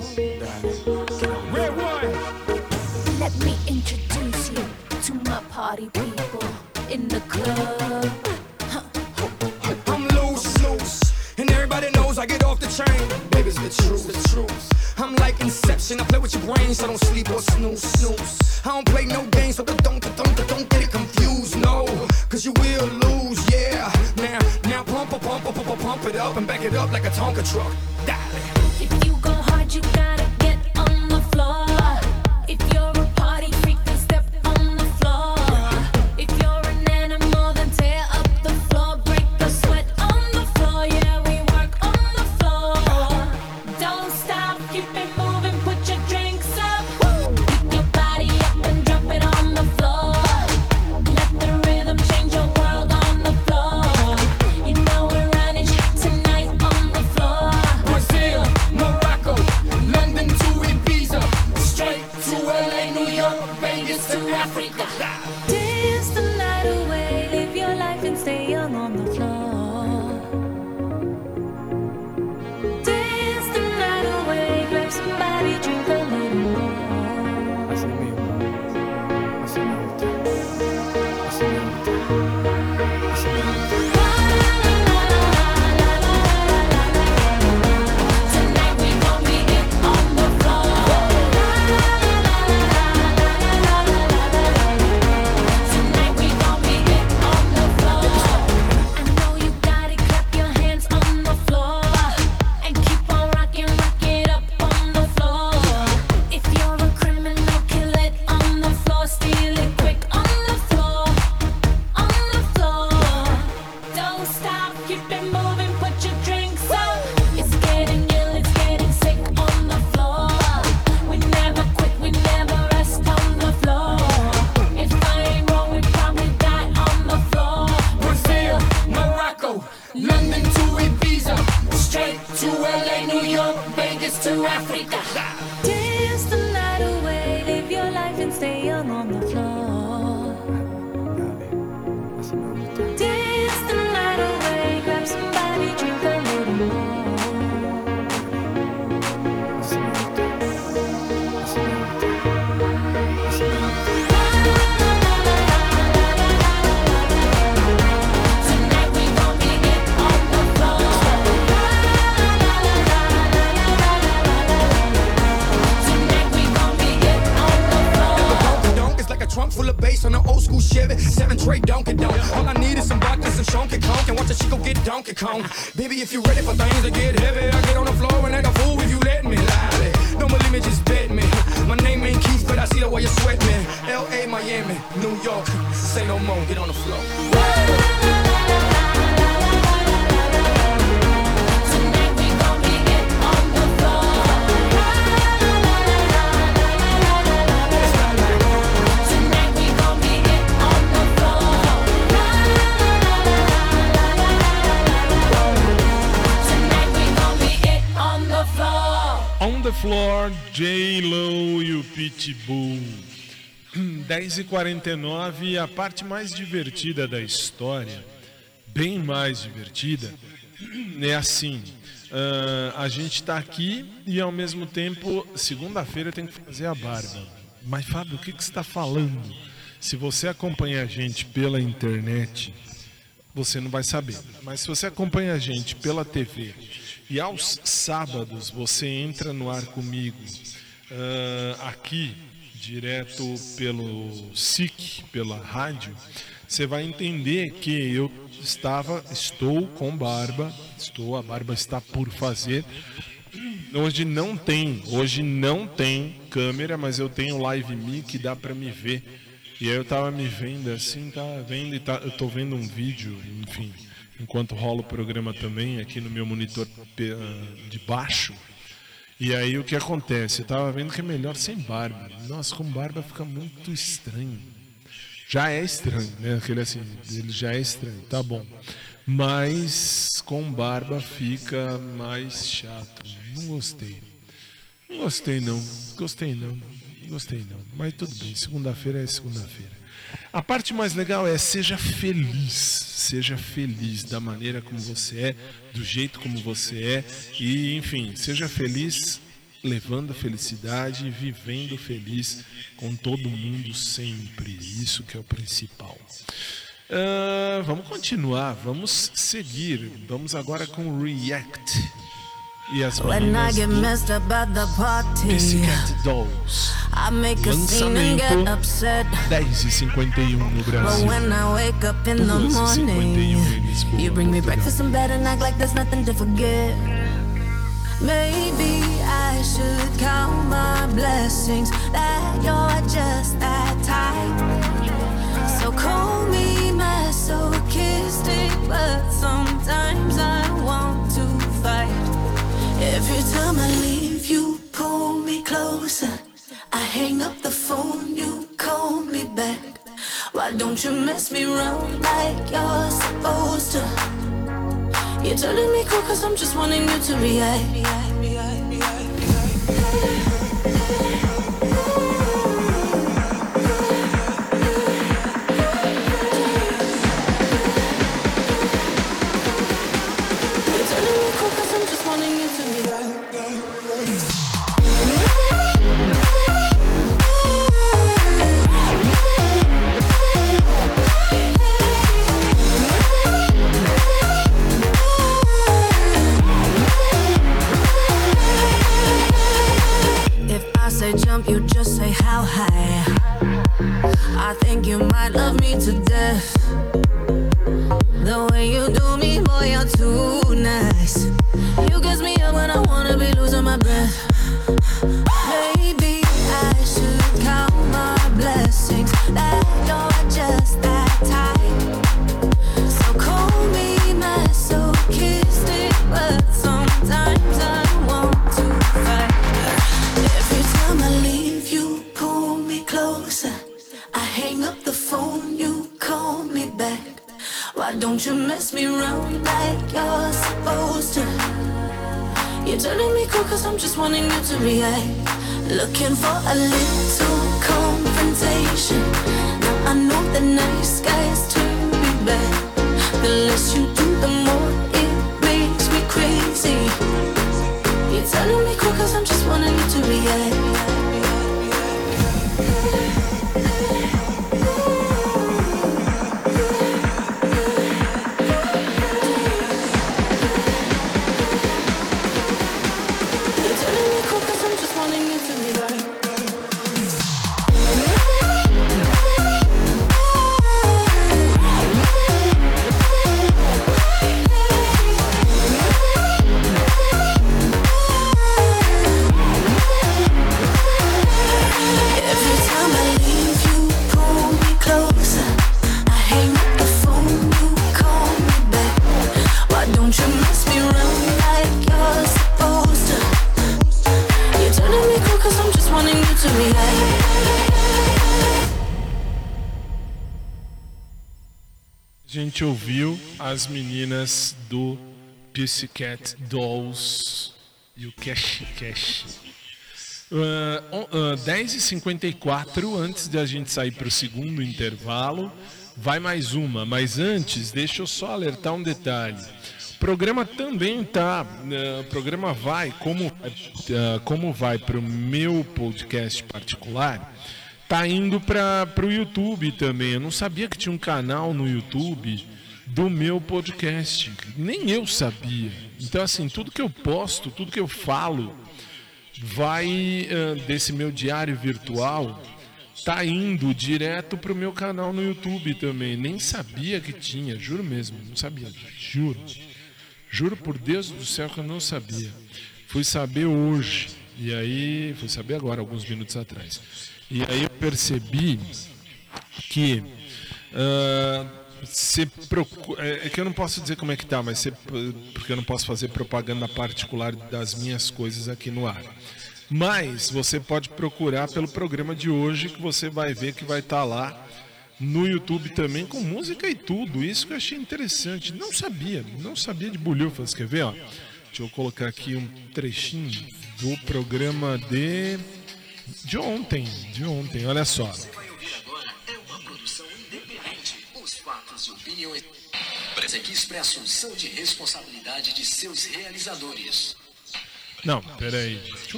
Let me introduce you to my party people in the club. I'm loose, loose, and everybody knows I get off the train. Baby's the truth, the truth. I'm like Inception, I play with your brain, so don't sleep or snooze, snooze. I don't play no games, so don't, don't, don't, don't get it confused, no. Cause you will lose, yeah. Now, now pump, pump, pump, pump, pump, pump it up and back it up like a Tonka truck. Darling. If you go hard, you gotta get on the floor. If you're a party freak, then step on the floor. If you're an animal, then tear up the floor. Break the sweat on the floor, yeah, we work on the floor. Don't stop, keep it moving, put your drinks up. Pick your body up and drop it on the floor. Let the rhythm change your world on the floor. You know we're running tonight on the floor. Brazil, Morocco, London, to Africa. Dance the night away, live your life and stay young on the floor. Dance the night away, grab somebody, drink a little more. Trunk full of bass on an old school Chevy, seven tray Donkey Donk. All I need is some vodka, some Shonky Conk, and watch a chico get Donkey Kong. Baby, if you ready for things to get heavy, I get on the floor and act a fool if you let me. Lie. Don't believe me, just bet me. My name ain't Keith, but I see the way you sweat me. L A, Miami, New York, say no more, get on the floor. On the Floor, J-Lo e o Pitbull. dez e quarenta e nove, a parte mais divertida da história, bem mais divertida, é assim, uh, a gente tá aqui e ao mesmo tempo, segunda-feira tem que fazer a barba. Mas Fábio, o que, que você está falando? Se você acompanha a gente pela internet, você não vai saber. Mas se você acompanha a gente pela T V e aos sábados você entra no ar comigo uh, aqui, direto pelo S I C, pela rádio, você vai entender que eu estava, estou com barba, estou, a barba está por fazer. Hoje não tem, hoje não tem câmera, mas eu tenho Live Me que dá para me ver. E aí eu tava me vendo assim, tá vendo e tá, eu tô vendo um vídeo, enfim, enquanto rola o programa também aqui no meu monitor de baixo. E aí o que acontece? Eu tava vendo que é melhor sem barba. Nossa, com barba fica muito estranho. Já é estranho, né? Aquele assim, ele já é estranho, tá bom. Mas com barba fica mais chato. Não gostei. Não gostei não. Gostei não. Gostei não. Mas tudo bem, segunda-feira é segunda-feira. A parte mais legal é seja feliz. Seja feliz da maneira como você é, do jeito como você é. E, enfim, seja feliz levando a felicidade e vivendo feliz com todo mundo sempre. Isso que é o principal. Uh, vamos continuar, vamos seguir. Vamos agora com o React. E as meninas do Pussycat Dolls. Lançamento dez e cinquenta e um no Brasil, duas e cinquenta e um em Lisboa. You bring me breakfast in bed and act like there's nothing to forget. Maybe I should count my blessings that you're just that type. So call me masochistic, but sometimes I want to fight. Every time I leave, you pull me closer. I hang up the phone, you call me back. Why don't you mess me around like you're supposed to? You're telling me cool cause I'm just wanting you to react. Jump, you just say how high. I think you might love me to death. The way you do me, boy, you're too nice. You gives me up when I wanna be losing my breath. Maybe I should count my blessings that you're just that type. So call me masochistic, but sometimes I want to fight. Every time I leave, you pull me closer. I hang up the phone, you call me back. Why don't you mess me around like you're supposed to? You're turning me cool cause I'm just wanting you to react. Looking for a little confrontation. Now I know the nice guys turn me back. The less you do, the more it makes me crazy. You're turning me cool cause I'm just wanting you to react. A gente ouviu as meninas do Pussycat Dolls e o Cash Cash. Uh, uh, dez e cinquenta e quatro, antes de a gente sair para o segundo intervalo, vai mais uma. Mas antes, deixa eu só alertar um detalhe. O programa também tá, uh, o programa vai, como, uh, como vai para o meu podcast particular, tá indo para o YouTube também. Eu não sabia que tinha um canal no YouTube do meu podcast. Nem eu sabia. Então, assim, tudo que eu posto, tudo que eu falo, vai uh, desse meu diário virtual, tá indo direto pro meu canal no YouTube também. Nem sabia que tinha, juro mesmo, não sabia, juro. Juro por Deus do céu que eu não sabia. Fui saber hoje, e aí, fui saber agora, alguns minutos atrás. E aí eu percebi que uh, você procura, é que eu não posso dizer como é que tá, mas você, porque eu não posso fazer propaganda particular das minhas coisas aqui no ar. Mas você pode procurar pelo programa de hoje, que você vai ver que vai estar lá no YouTube também, com música e tudo. Isso que eu achei interessante. Não sabia, não sabia de bolhufas. Quer ver, ó? Deixa eu colocar aqui um trechinho do programa de... de ontem, de ontem, olha só. Você vai ouvir agora é uma produção independente. Os fatos e opiniões aqui expressos são de responsabilidade de seus realizadores. Não, peraí.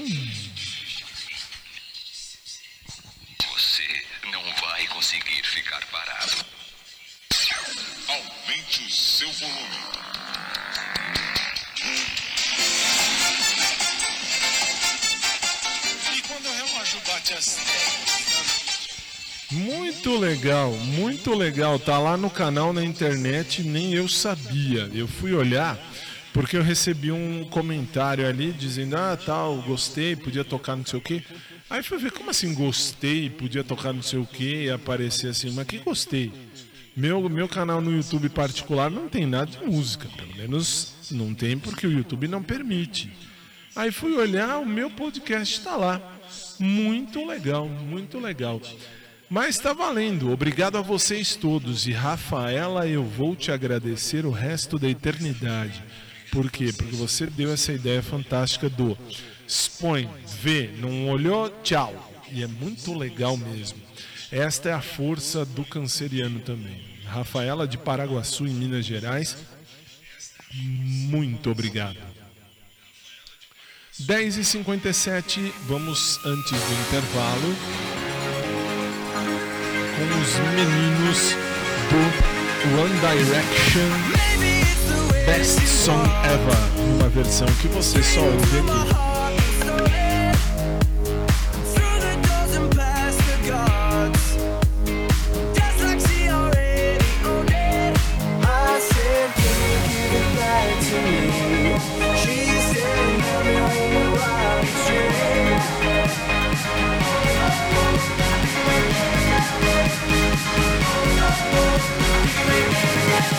Você não vai conseguir ficar parado. Aumente o seu volume. E quando o relógio bate as Muito legal, muito legal. Tá lá no canal na internet, nem eu sabia. Eu fui olhar porque eu recebi um comentário ali dizendo, ah, tal, gostei, podia tocar não sei o quê. Aí fui ver, como assim gostei, podia tocar não sei o quê, e aparecer assim, mas que gostei? Meu, meu canal no YouTube particular não tem nada de música, pelo menos não tem porque o YouTube não permite. Aí fui olhar, o meu podcast está lá. Muito legal, muito legal. Mas está valendo, obrigado a vocês todos. E Rafaela, eu vou te agradecer o resto da eternidade. Por quê? Porque você deu essa ideia fantástica do expõe, vê, não olhou, tchau. E é muito legal mesmo. Esta é a força do canceriano também. Rafaela de Paraguaçu, em Minas Gerais, muito obrigado. dez e cinquenta e sete, vamos antes do intervalo com os meninos do One Direction. Best Song Ever, uma versão que você só ouve aqui.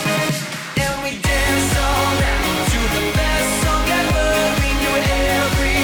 And we dance all night to the best song ever. We knew it every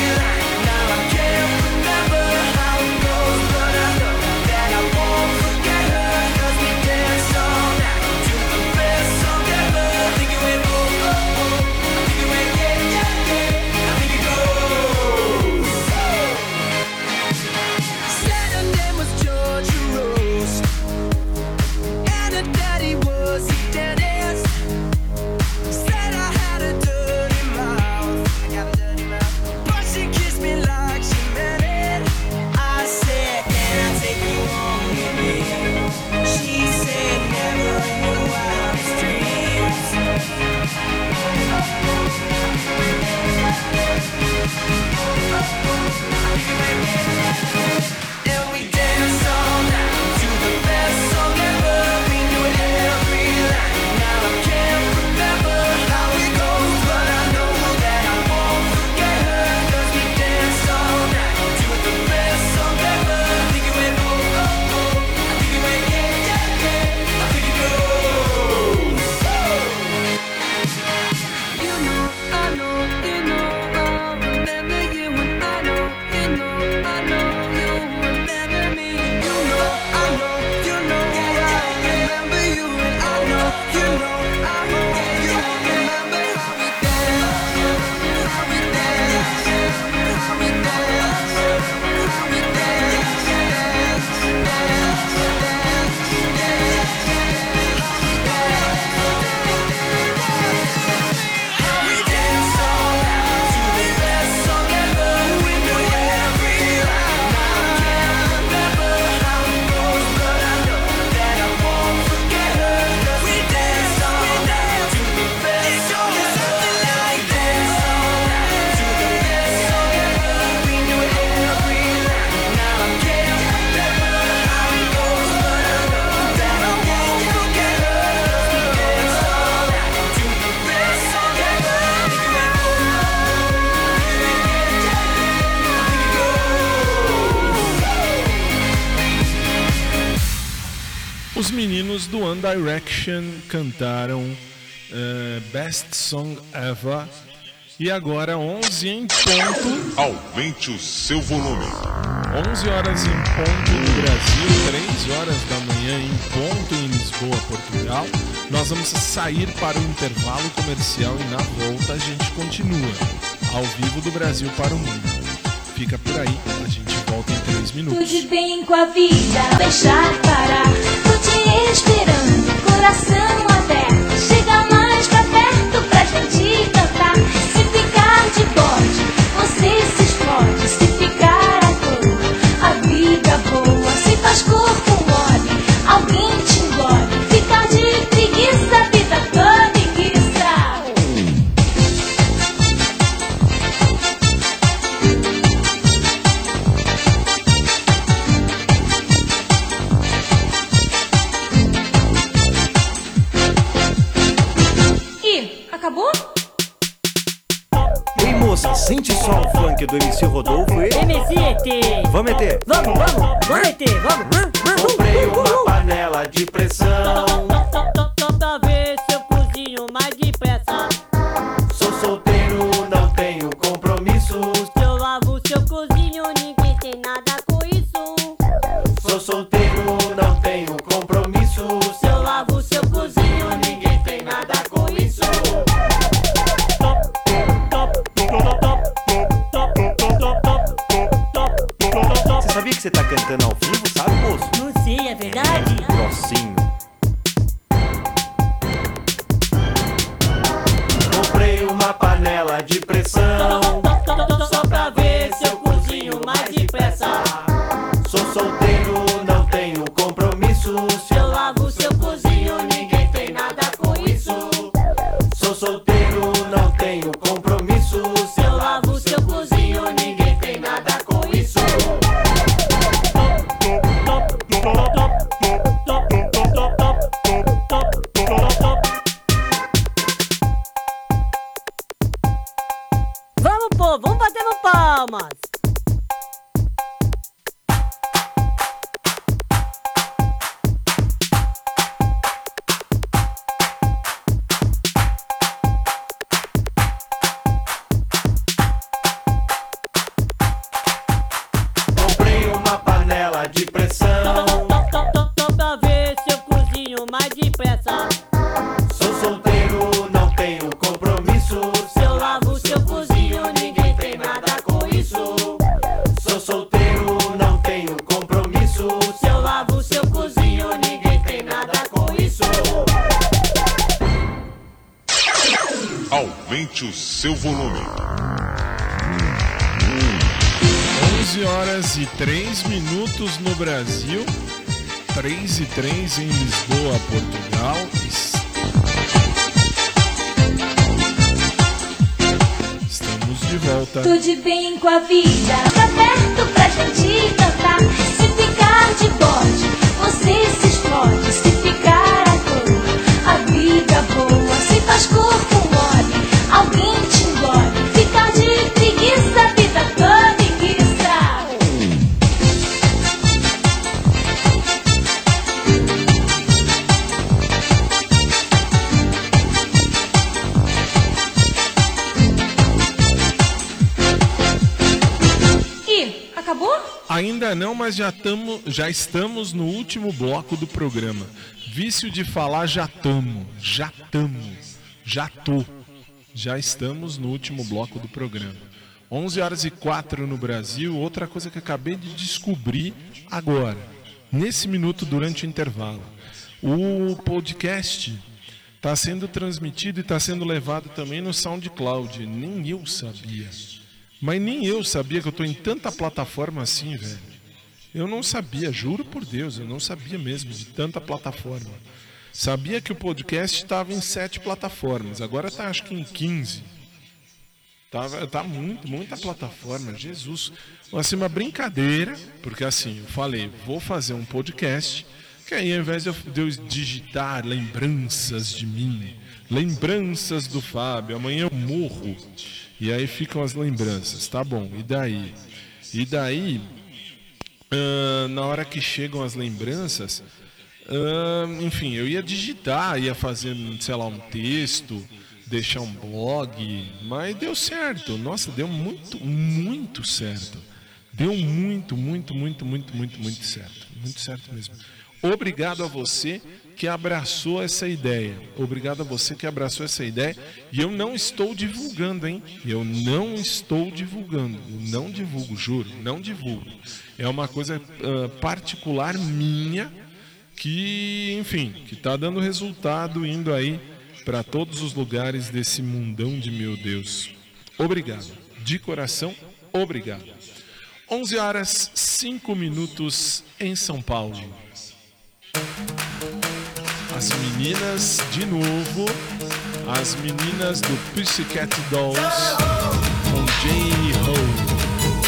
Direction cantaram uh, Best Song Ever. E agora onze em ponto. Aumente o seu volume. onze horas em ponto no Brasil, três horas da manhã em ponto em Lisboa, Portugal. Nós vamos sair para o intervalo comercial e na volta a gente continua ao vivo do Brasil para o mundo. Fica por aí, a gente volta em três minutos. Tudo bem com a vida, deixar parar. Tô te esperando, coração aberto. Chega mais pra perto pra gente cantar. Se ficar de bode, você se explode. Se ficar à toa, a vida boa. Se faz corpo mole, alguém te engole. Ficar de preguiça, a vida toda enguiça. Acabou? Ei moça, sente só o funk do M C Rodolfo e... M C E T! Vamos meter! Vamos, vamos! Vamos meter, vamos! Comprei uma panela de pressão. Só pra ver se eu cozinho mais depressa. Sou solteiro, não tenho compromisso. Se eu lavo, se eu cozinho, ninguém tem nada com isso. Sou solteiro, não tenho compromisso. Se eu lavo, se eu cozinho, ninguém tem nada com isso. Você sabia que você tá cantando ao vivo, sabe, moço? Não sei, é verdade? Grossinho. Comprei uma panela de pressão. Só pra ver se eu cozinho mais depressa. Sou solteiro, não tenho compromisso. Se eu lavo, se eu cozinho, ninguém tem nada com isso. Sou solteiro, não tenho compromisso. Se eu lavo, se eu cozinho, ninguém tem nada com isso. Vamos, pô, vamos batendo palmas. Comprei uma panela de pressão. Só pra ver se eu cozinho mais depressa. Sou solteiro, não tenho compromisso. Se eu lavo, se eu cozinho, ninguém tem nada com isso. Sou solteiro, não tenho compromisso. Se eu lavo, se eu cozinho, ninguém tem nada com isso. Aumente o seu volume. onze horas e três minutos no Brasil, três e três em Lisboa, Portugal. Estamos de volta. Tudo bem com a vida, tá perto pra gente cantar. Se ficar de bode, você se explode. Se ficar à toa, a vida boa. Se faz corpo mole, alguém te engole. Ficar de preguiça, a vida toda enguiça. Ih, acabou? Ainda não, mas já, tamo, já estamos no último bloco do programa. Vício de falar já tamo, já tamo, já tô. Já estamos no último bloco do programa. onze horas e quatro no Brasil. Outra coisa que acabei de descobrir agora, nesse minuto durante o intervalo. O podcast está sendo transmitido e está sendo levado também no SoundCloud. Nem eu sabia. Mas nem eu sabia que eu estou em tanta plataforma assim, velho. Eu não sabia, juro por Deus, eu não sabia mesmo de tanta plataforma. Sabia que o podcast estava em sete plataformas, agora está acho que em quinze. Tá, tá muito, muita plataforma, Jesus. Assim, uma brincadeira, porque assim, eu falei, vou fazer um podcast, que aí ao invés de eu, de eu digitar lembranças de mim, lembranças do Fábio, amanhã eu morro, e aí ficam as lembranças, tá bom, e daí? E daí, uh, na hora que chegam as lembranças, Uh, enfim, eu ia digitar, ia fazer, sei lá, um texto, deixar um blog, mas deu certo. Nossa, deu muito, muito certo. Deu muito, muito, muito, muito, muito, muito certo. Muito certo mesmo. Obrigado a você que abraçou essa ideia. Obrigado a você que abraçou essa ideia. E eu não estou divulgando, hein? Eu não estou divulgando. Eu não divulgo, juro. Não divulgo. É uma coisa uh, particular minha que, enfim, que está dando resultado, indo aí para todos os lugares desse mundão de meu Deus. Obrigado. De coração, obrigado. onze horas, cinco minutos em São Paulo. As meninas, de novo, as meninas do Pussycat Dolls com J-Ho.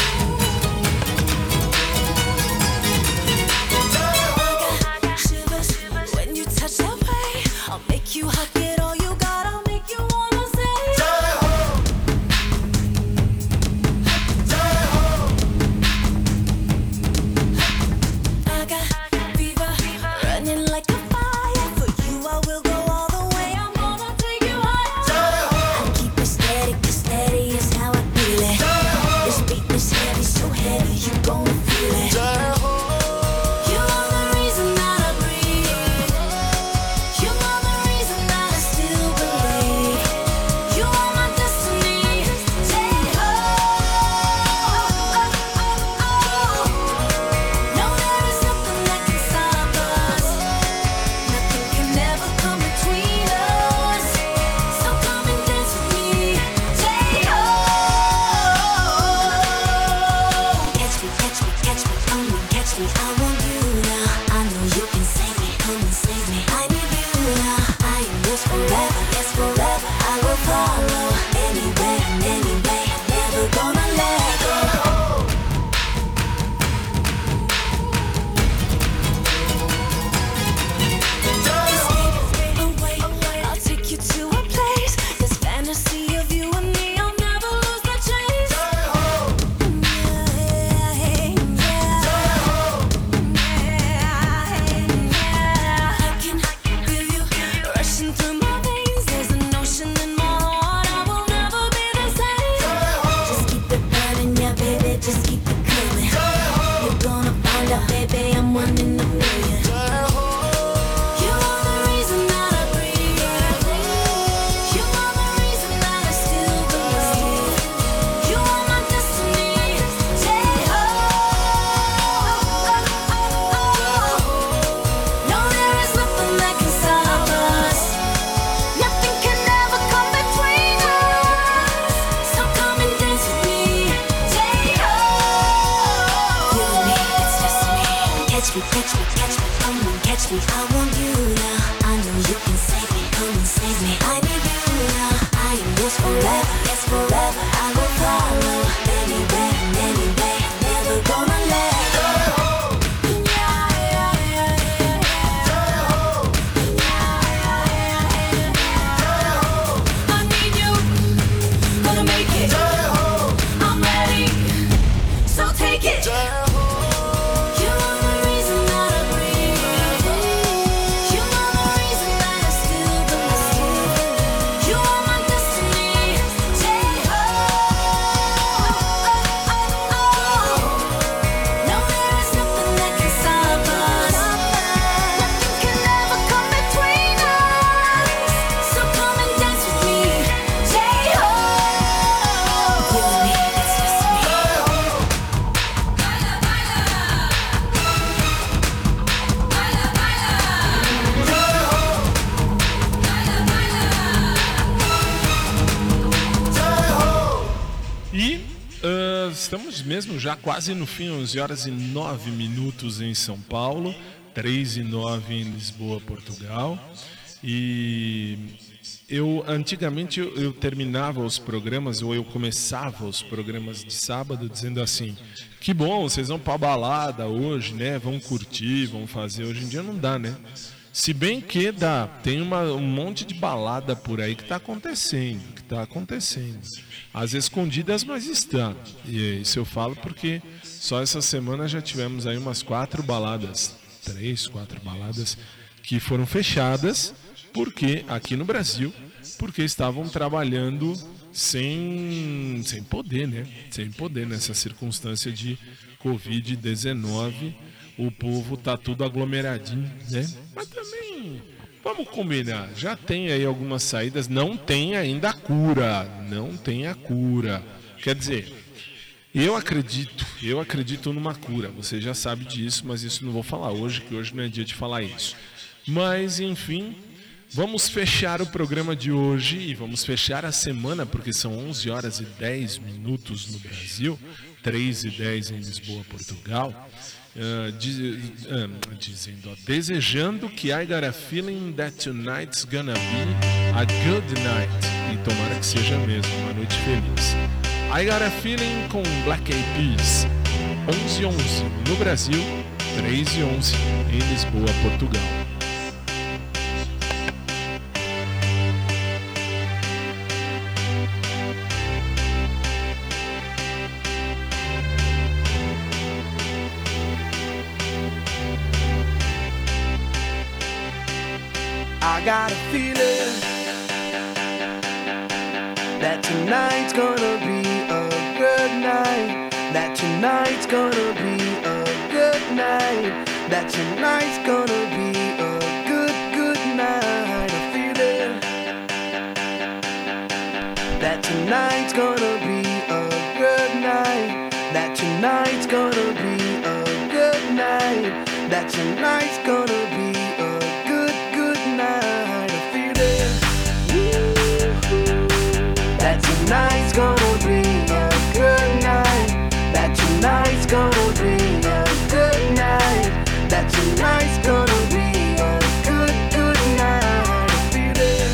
Estamos mesmo já quase no fim, onze horas e nove minutos em São Paulo, três e nove em Lisboa, Portugal. E eu antigamente eu, eu terminava os programas, ou eu começava os programas de sábado dizendo assim: que bom, vocês vão pra balada hoje, né? Vão curtir, vão fazer. Hoje em dia não dá, né? Se bem que dá, tem uma, um monte de balada por aí que está acontecendo, que está acontecendo. Às escondidas, mas está. E isso eu falo porque só essa semana já tivemos aí umas quatro baladas três, quatro baladas que foram fechadas, porque aqui no Brasil, porque estavam trabalhando sem, sem poder, né? Sem poder nessa circunstância de covid dezenove. O povo tá tudo aglomeradinho, né? Mas também, vamos combinar, já tem aí algumas saídas, não tem ainda a cura, não tem a cura. Quer dizer, eu acredito, eu acredito numa cura, você já sabe disso, mas isso não vou falar hoje, que hoje não é dia de falar isso. Mas, enfim, vamos fechar o programa de hoje e vamos fechar a semana, porque são onze horas e dez minutos no Brasil, três e dez em Lisboa, Portugal. Uh, diz, uh, dizendo, ó, desejando que I got a feeling that tonight's gonna be a good night. E tomara que seja mesmo, uma noite feliz. I got a feeling com Black Eyed Peas. onze e onze no Brasil, três e onze em Lisboa, Portugal. I got a feeling that tonight's gonna be a good night. That tonight's gonna be a good night. That tonight's gonna be a good, good night. A feeling that tonight's gonna be a good night. That tonight's gonna be a good night. That tonight's gonna be a good, good night. A feeling that tonight's gonna be a good night. That tonight's gonna be a good night. That tonight's gonna be a good, good night. A feeling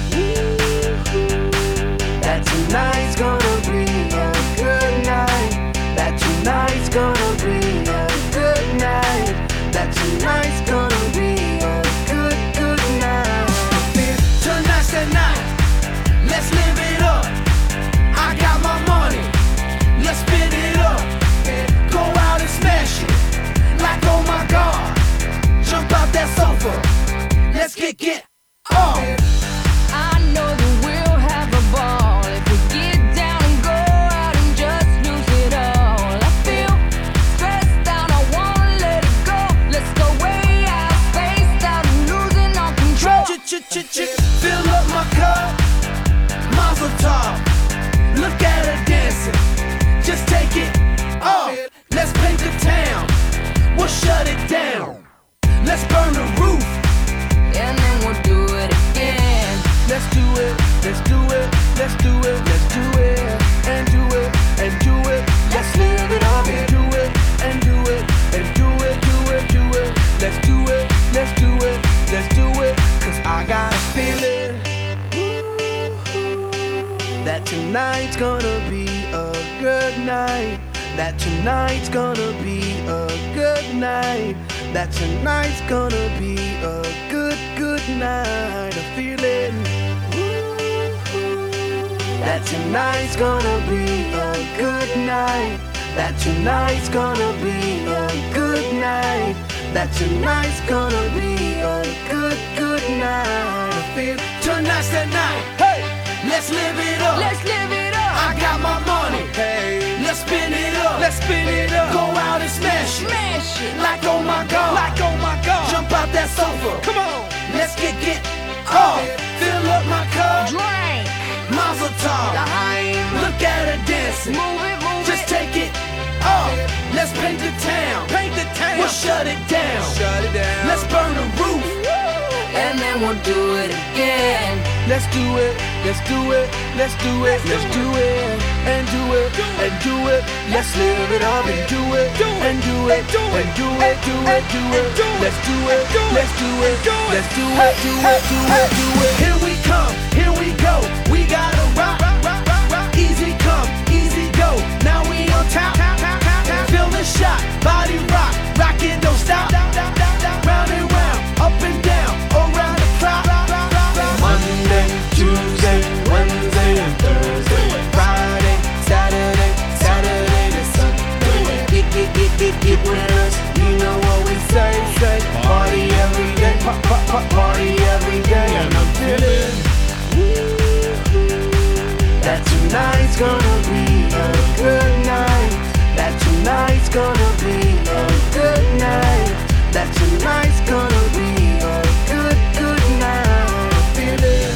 that tonight's gonna be a good night. That tonight's gonna be a good night. That tonight's gonna be a good, good night. Tonight's the night. Let's live it up. I got my money. Let's spin it up. Go out and smash it. Like oh my God. Jump out that sofa. Let's kick it off. I know that we'll have a ball if we get down and go out and just lose it all. I feel stressed out, I wanna let it go. Let's go way out, spaced out, and losing all control. Fill up my cup, Mazel tov. Look at her dancing, just take it off. Let's paint the town, we'll shut it down. Let's burn the roof, and then we'll do it again. Let's do it, let's do it, let's do it, let's do it, and do it, and do it. Let's live it up and do it, and do it, and do it, do it, do it. Let's do it, let's do it, let's do it. Cause I got a feeling that tonight's gonna be a good night. That tonight's gonna be a good night. That tonight's gonna be a good, good night. A feeling that tonight's gonna be a good night. That tonight's gonna be a good night. That tonight's gonna be a good, good night. I feel tonight's the night. Hey, let's live it up. Let's live it up. I got my money. Hey, let's spin it up. Let's spin it up. Go out and smash it. Smash it. Like oh my God. Like oh my God. Jump out that sofa. Come on. Let's get it off. Fill up my cup. Drink. Mazel tov. Look at her dancing. Move it, move Just it. take it off. Let's paint the town. Paint the town. We'll shut it down. Shut it down. Let's burn the roof. And then we'll do it again. Let's do it. Let's do it. Let's do it. Let's do it. And do it. And do it. Let's live it up and do it. And do it. And do it. Do it. Do it. Let's do it. Let's do it. Let's do it. Do it. Do it. Do it. Here we come. Here we go. We gotta rock. Easy come. Easy go. Now we on top. Feel the shot. Body rock. Rockin', don't stop. Round and round. Up and down. Around the clock. Monday, Tuesday, Wednesday, and Thursday. Friday, Saturday, Saturday to Sunday. Get, get, get, get, get with us. You know what we say, say. gonna be a good night. That tonight's gonna be a good night. That tonight's gonna be a good, good night. Feel it.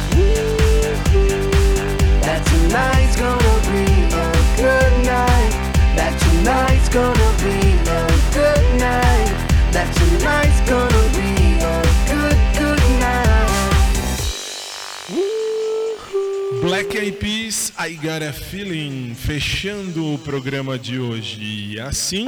That tonight's gonna be a good night. That tonight's gonna be a good night. That tonight's gonna be a good, good night. Black Eyed Peas, I Got a Feeling, fechando o programa de hoje. E assim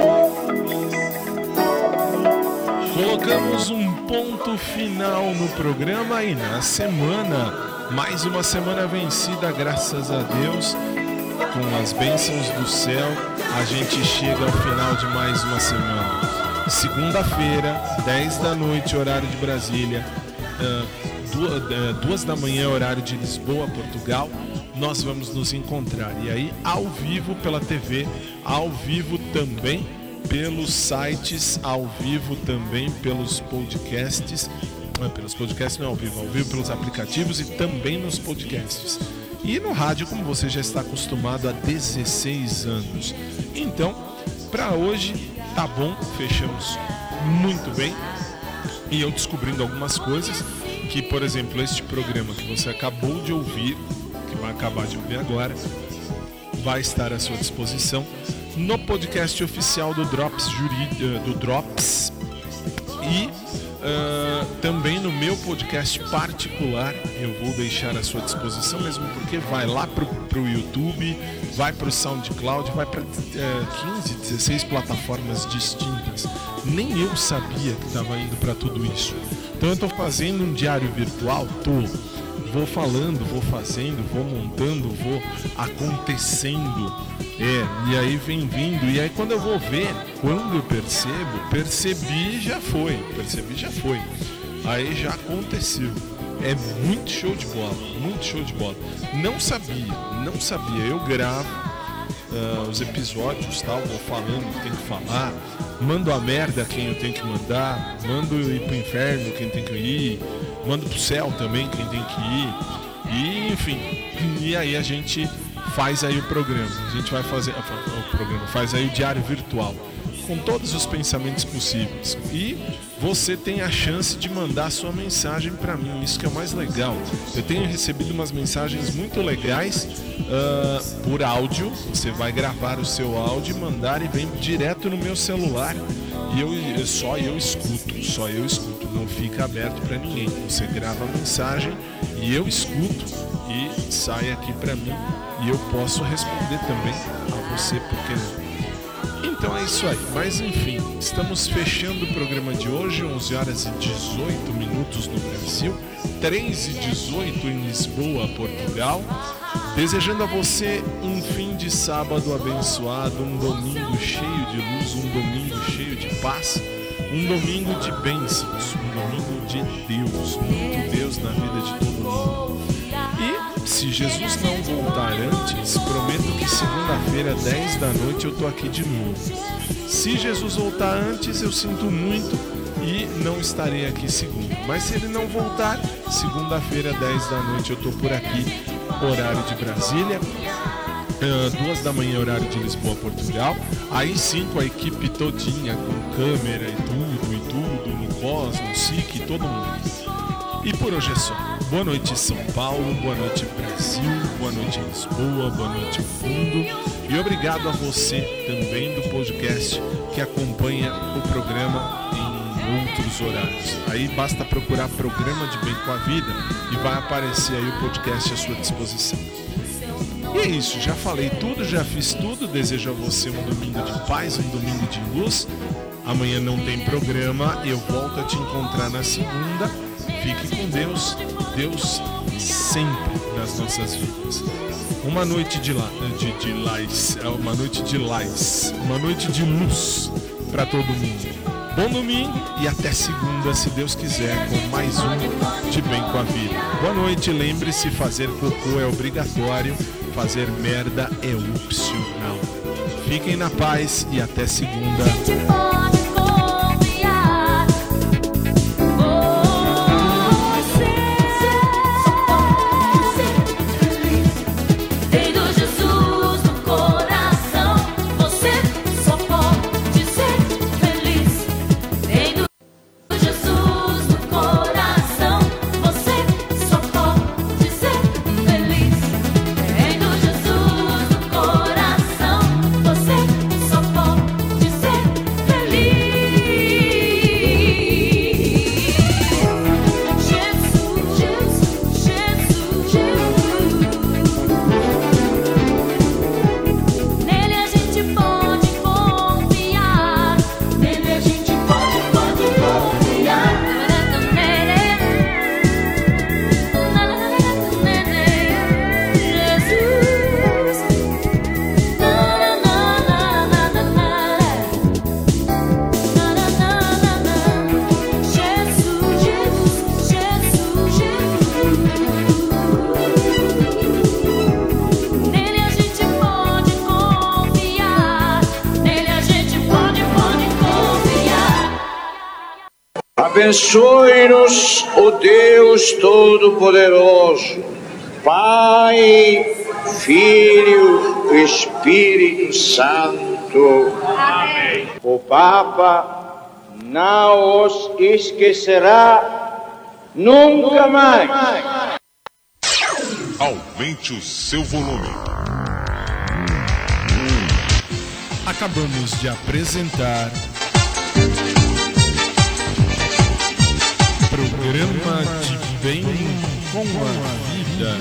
colocamos um ponto final no programa e na semana. Mais uma semana vencida, graças a Deus. Com as bênçãos do céu, a gente chega ao final de mais uma semana. Segunda-feira, dez da noite, horário de Brasília, duas da manhã, horário de Lisboa, Portugal, nós vamos nos encontrar. E aí, ao vivo pela T V, ao vivo também pelos sites, ao vivo também pelos podcasts, não, pelos podcasts não ao vivo, ao vivo pelos aplicativos e também nos podcasts. E no rádio, como você já está acostumado há dezesseis anos. Então, para hoje, tá bom, fechamos muito bem. E eu descobrindo algumas coisas, que, por exemplo, este programa que você acabou de ouvir, que vai acabar de ouvir agora, vai estar à sua disposição no podcast oficial do Drops, Juri, do Drops e uh, também no meu podcast particular. Eu vou deixar à sua disposição, mesmo porque vai lá pro, pro YouTube, vai pro SoundCloud, vai para uh, quinze, dezesseis plataformas distintas. Nem eu sabia que estava indo para tudo isso. Então eu estou fazendo um diário virtual, tô, vou falando, vou fazendo, vou montando, vou acontecendo, é, e aí vem vindo, e aí quando eu vou ver, quando eu percebo, percebi já foi, percebi já foi, aí já aconteceu. É muito show de bola, muito show de bola. Não sabia, não sabia, eu gravo Uh, os episódios, tal, vou falando o que tem que falar, mando a merda quem eu tenho que mandar, mando ir pro inferno quem tem que ir, mando pro céu também quem tem que ir, e enfim, e aí a gente faz aí o programa, a gente vai fazer o programa, faz aí o diário virtual, com todos os pensamentos possíveis, e você tem a chance de mandar sua mensagem para mim, isso que é o mais legal. Eu tenho recebido umas mensagens muito legais uh, por áudio, você vai gravar o seu áudio, mandar e vem direto no meu celular, e eu, só eu escuto, só eu escuto, não fica aberto para ninguém. Você grava a mensagem e eu escuto e sai aqui para mim, e eu posso responder também a você, porque não. Então é isso aí, mas enfim, estamos fechando o programa de hoje, onze horas e dezoito minutos no Brasil, três e dezoito em Lisboa, Portugal. Desejando a você um fim de sábado abençoado, um domingo cheio de luz, um domingo cheio de paz, um domingo de bênçãos, um domingo de Deus, muito Deus na vida de todo mundo. E se Jesus não voltar antes, prometo que segunda-feira, dez da noite, eu tô aqui de novo. Se Jesus voltar antes, eu sinto muito e não estarei aqui segunda. Mas se ele não voltar, segunda-feira, dez da noite, eu tô por aqui, horário de Brasília, uh, duas da manhã, horário de Lisboa, Portugal. Aí sim, com a equipe todinha, com câmera e tudo, e tudo, no pós, no S I C, todo mundo. E por hoje é só. Boa noite, São Paulo, boa noite, Brasil, boa noite, Lisboa, boa noite, mundo. E obrigado a você também do podcast que acompanha o programa em outros horários. Aí basta procurar Programa de Bem com a Vida e vai aparecer aí o podcast à sua disposição. E é isso, já falei tudo, já fiz tudo. Desejo a você um domingo de paz, um domingo de luz. Amanhã não tem programa, eu volto a te encontrar na segunda. Fique com Deus, Deus sempre nas nossas vidas. Uma noite de, la, de, de laz, uma noite de laz, uma noite de luz para todo mundo. Bom domingo e até segunda, se Deus quiser, com mais um De Bem com a Vida. Boa noite, lembre-se, fazer cocô é obrigatório, fazer merda é opcional. Fiquem na paz e até segunda. Tendo Jesus abençoe-nos o Deus Todo-Poderoso, Pai, Filho e Espírito Santo. Amém. O Papa não os esquecerá nunca mais. Aumente o seu volume. Acabamos de apresentar Programa de Bem com a Vida.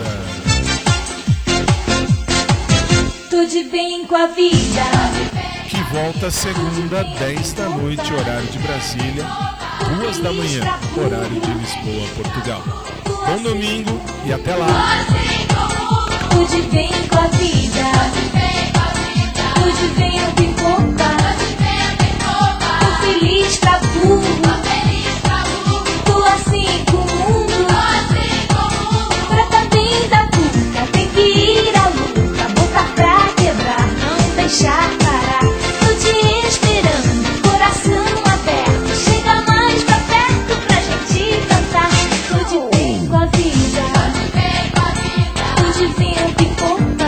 Tô de bem com a vida. Que volta segunda, dez da noite, horário de Brasília, duas da manhã, horário de Lisboa, Portugal. Bom domingo e até lá. Tô de bem com a vida. Tô de bem o que importa. Tô feliz pra burro. Tô assim com o mundo. Pra tá bem da puta, tem que ir à luta, botar pra quebrar, não deixar parar. Tô te esperando, coração aberto. Chega mais pra perto pra gente cantar. Tô de bem com a vida. Tô de bem o que importa.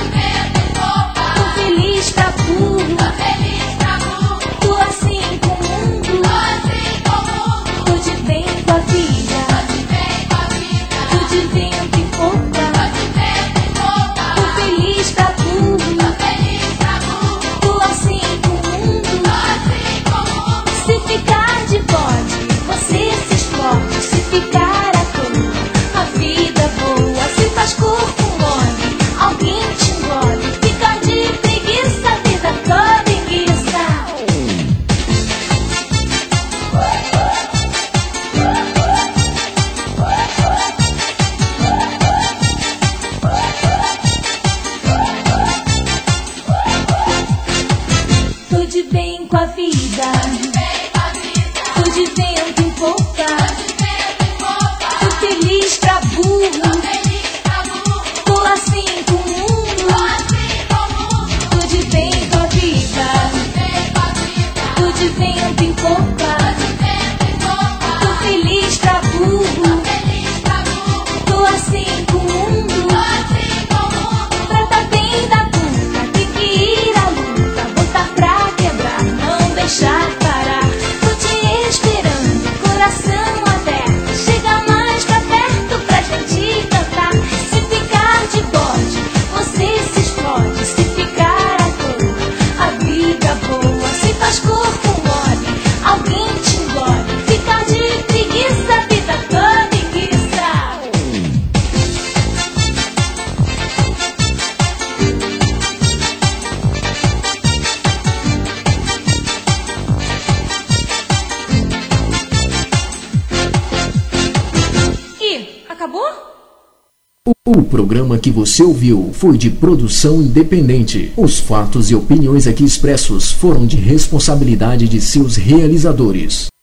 Tô feliz pra burro. Tô assim com o mundo. Tô de bem com a vida. Tô de bem o que importa. Tô feliz pra burro. Tô assim com o mundo. Se ficar de bode, você se explode. Se ficar à toa, a vida boa. Se faz corpo mole, alguém te engole. Ficar de preguiça, a vida toda enguiça. Tô de bem com a vida. Tô de bem o que importa. Tô feliz pra burro. Tô assim com o mundo. Tô de bem com a vida. Tô de bem o que importa. Tô feliz pra burro. Tô assim com o mundo. Pra tá bem da puta, tem que ir à luta, botar pra quebrar, não deixar parar. Tô te esperando, coração aberto. Chega mais pra perto pra gente cantar. Se ficar de bode, você se explode. Se ficar à toa, a vida boa. Se faz corpo mole, alguém te engole. Ficar de preguiça, a vida toda enguiça. Ih, acabou? O programa que você ouviu foi de produção independente. Os fatos e opiniões aqui expressos foram de responsabilidade de seus realizadores.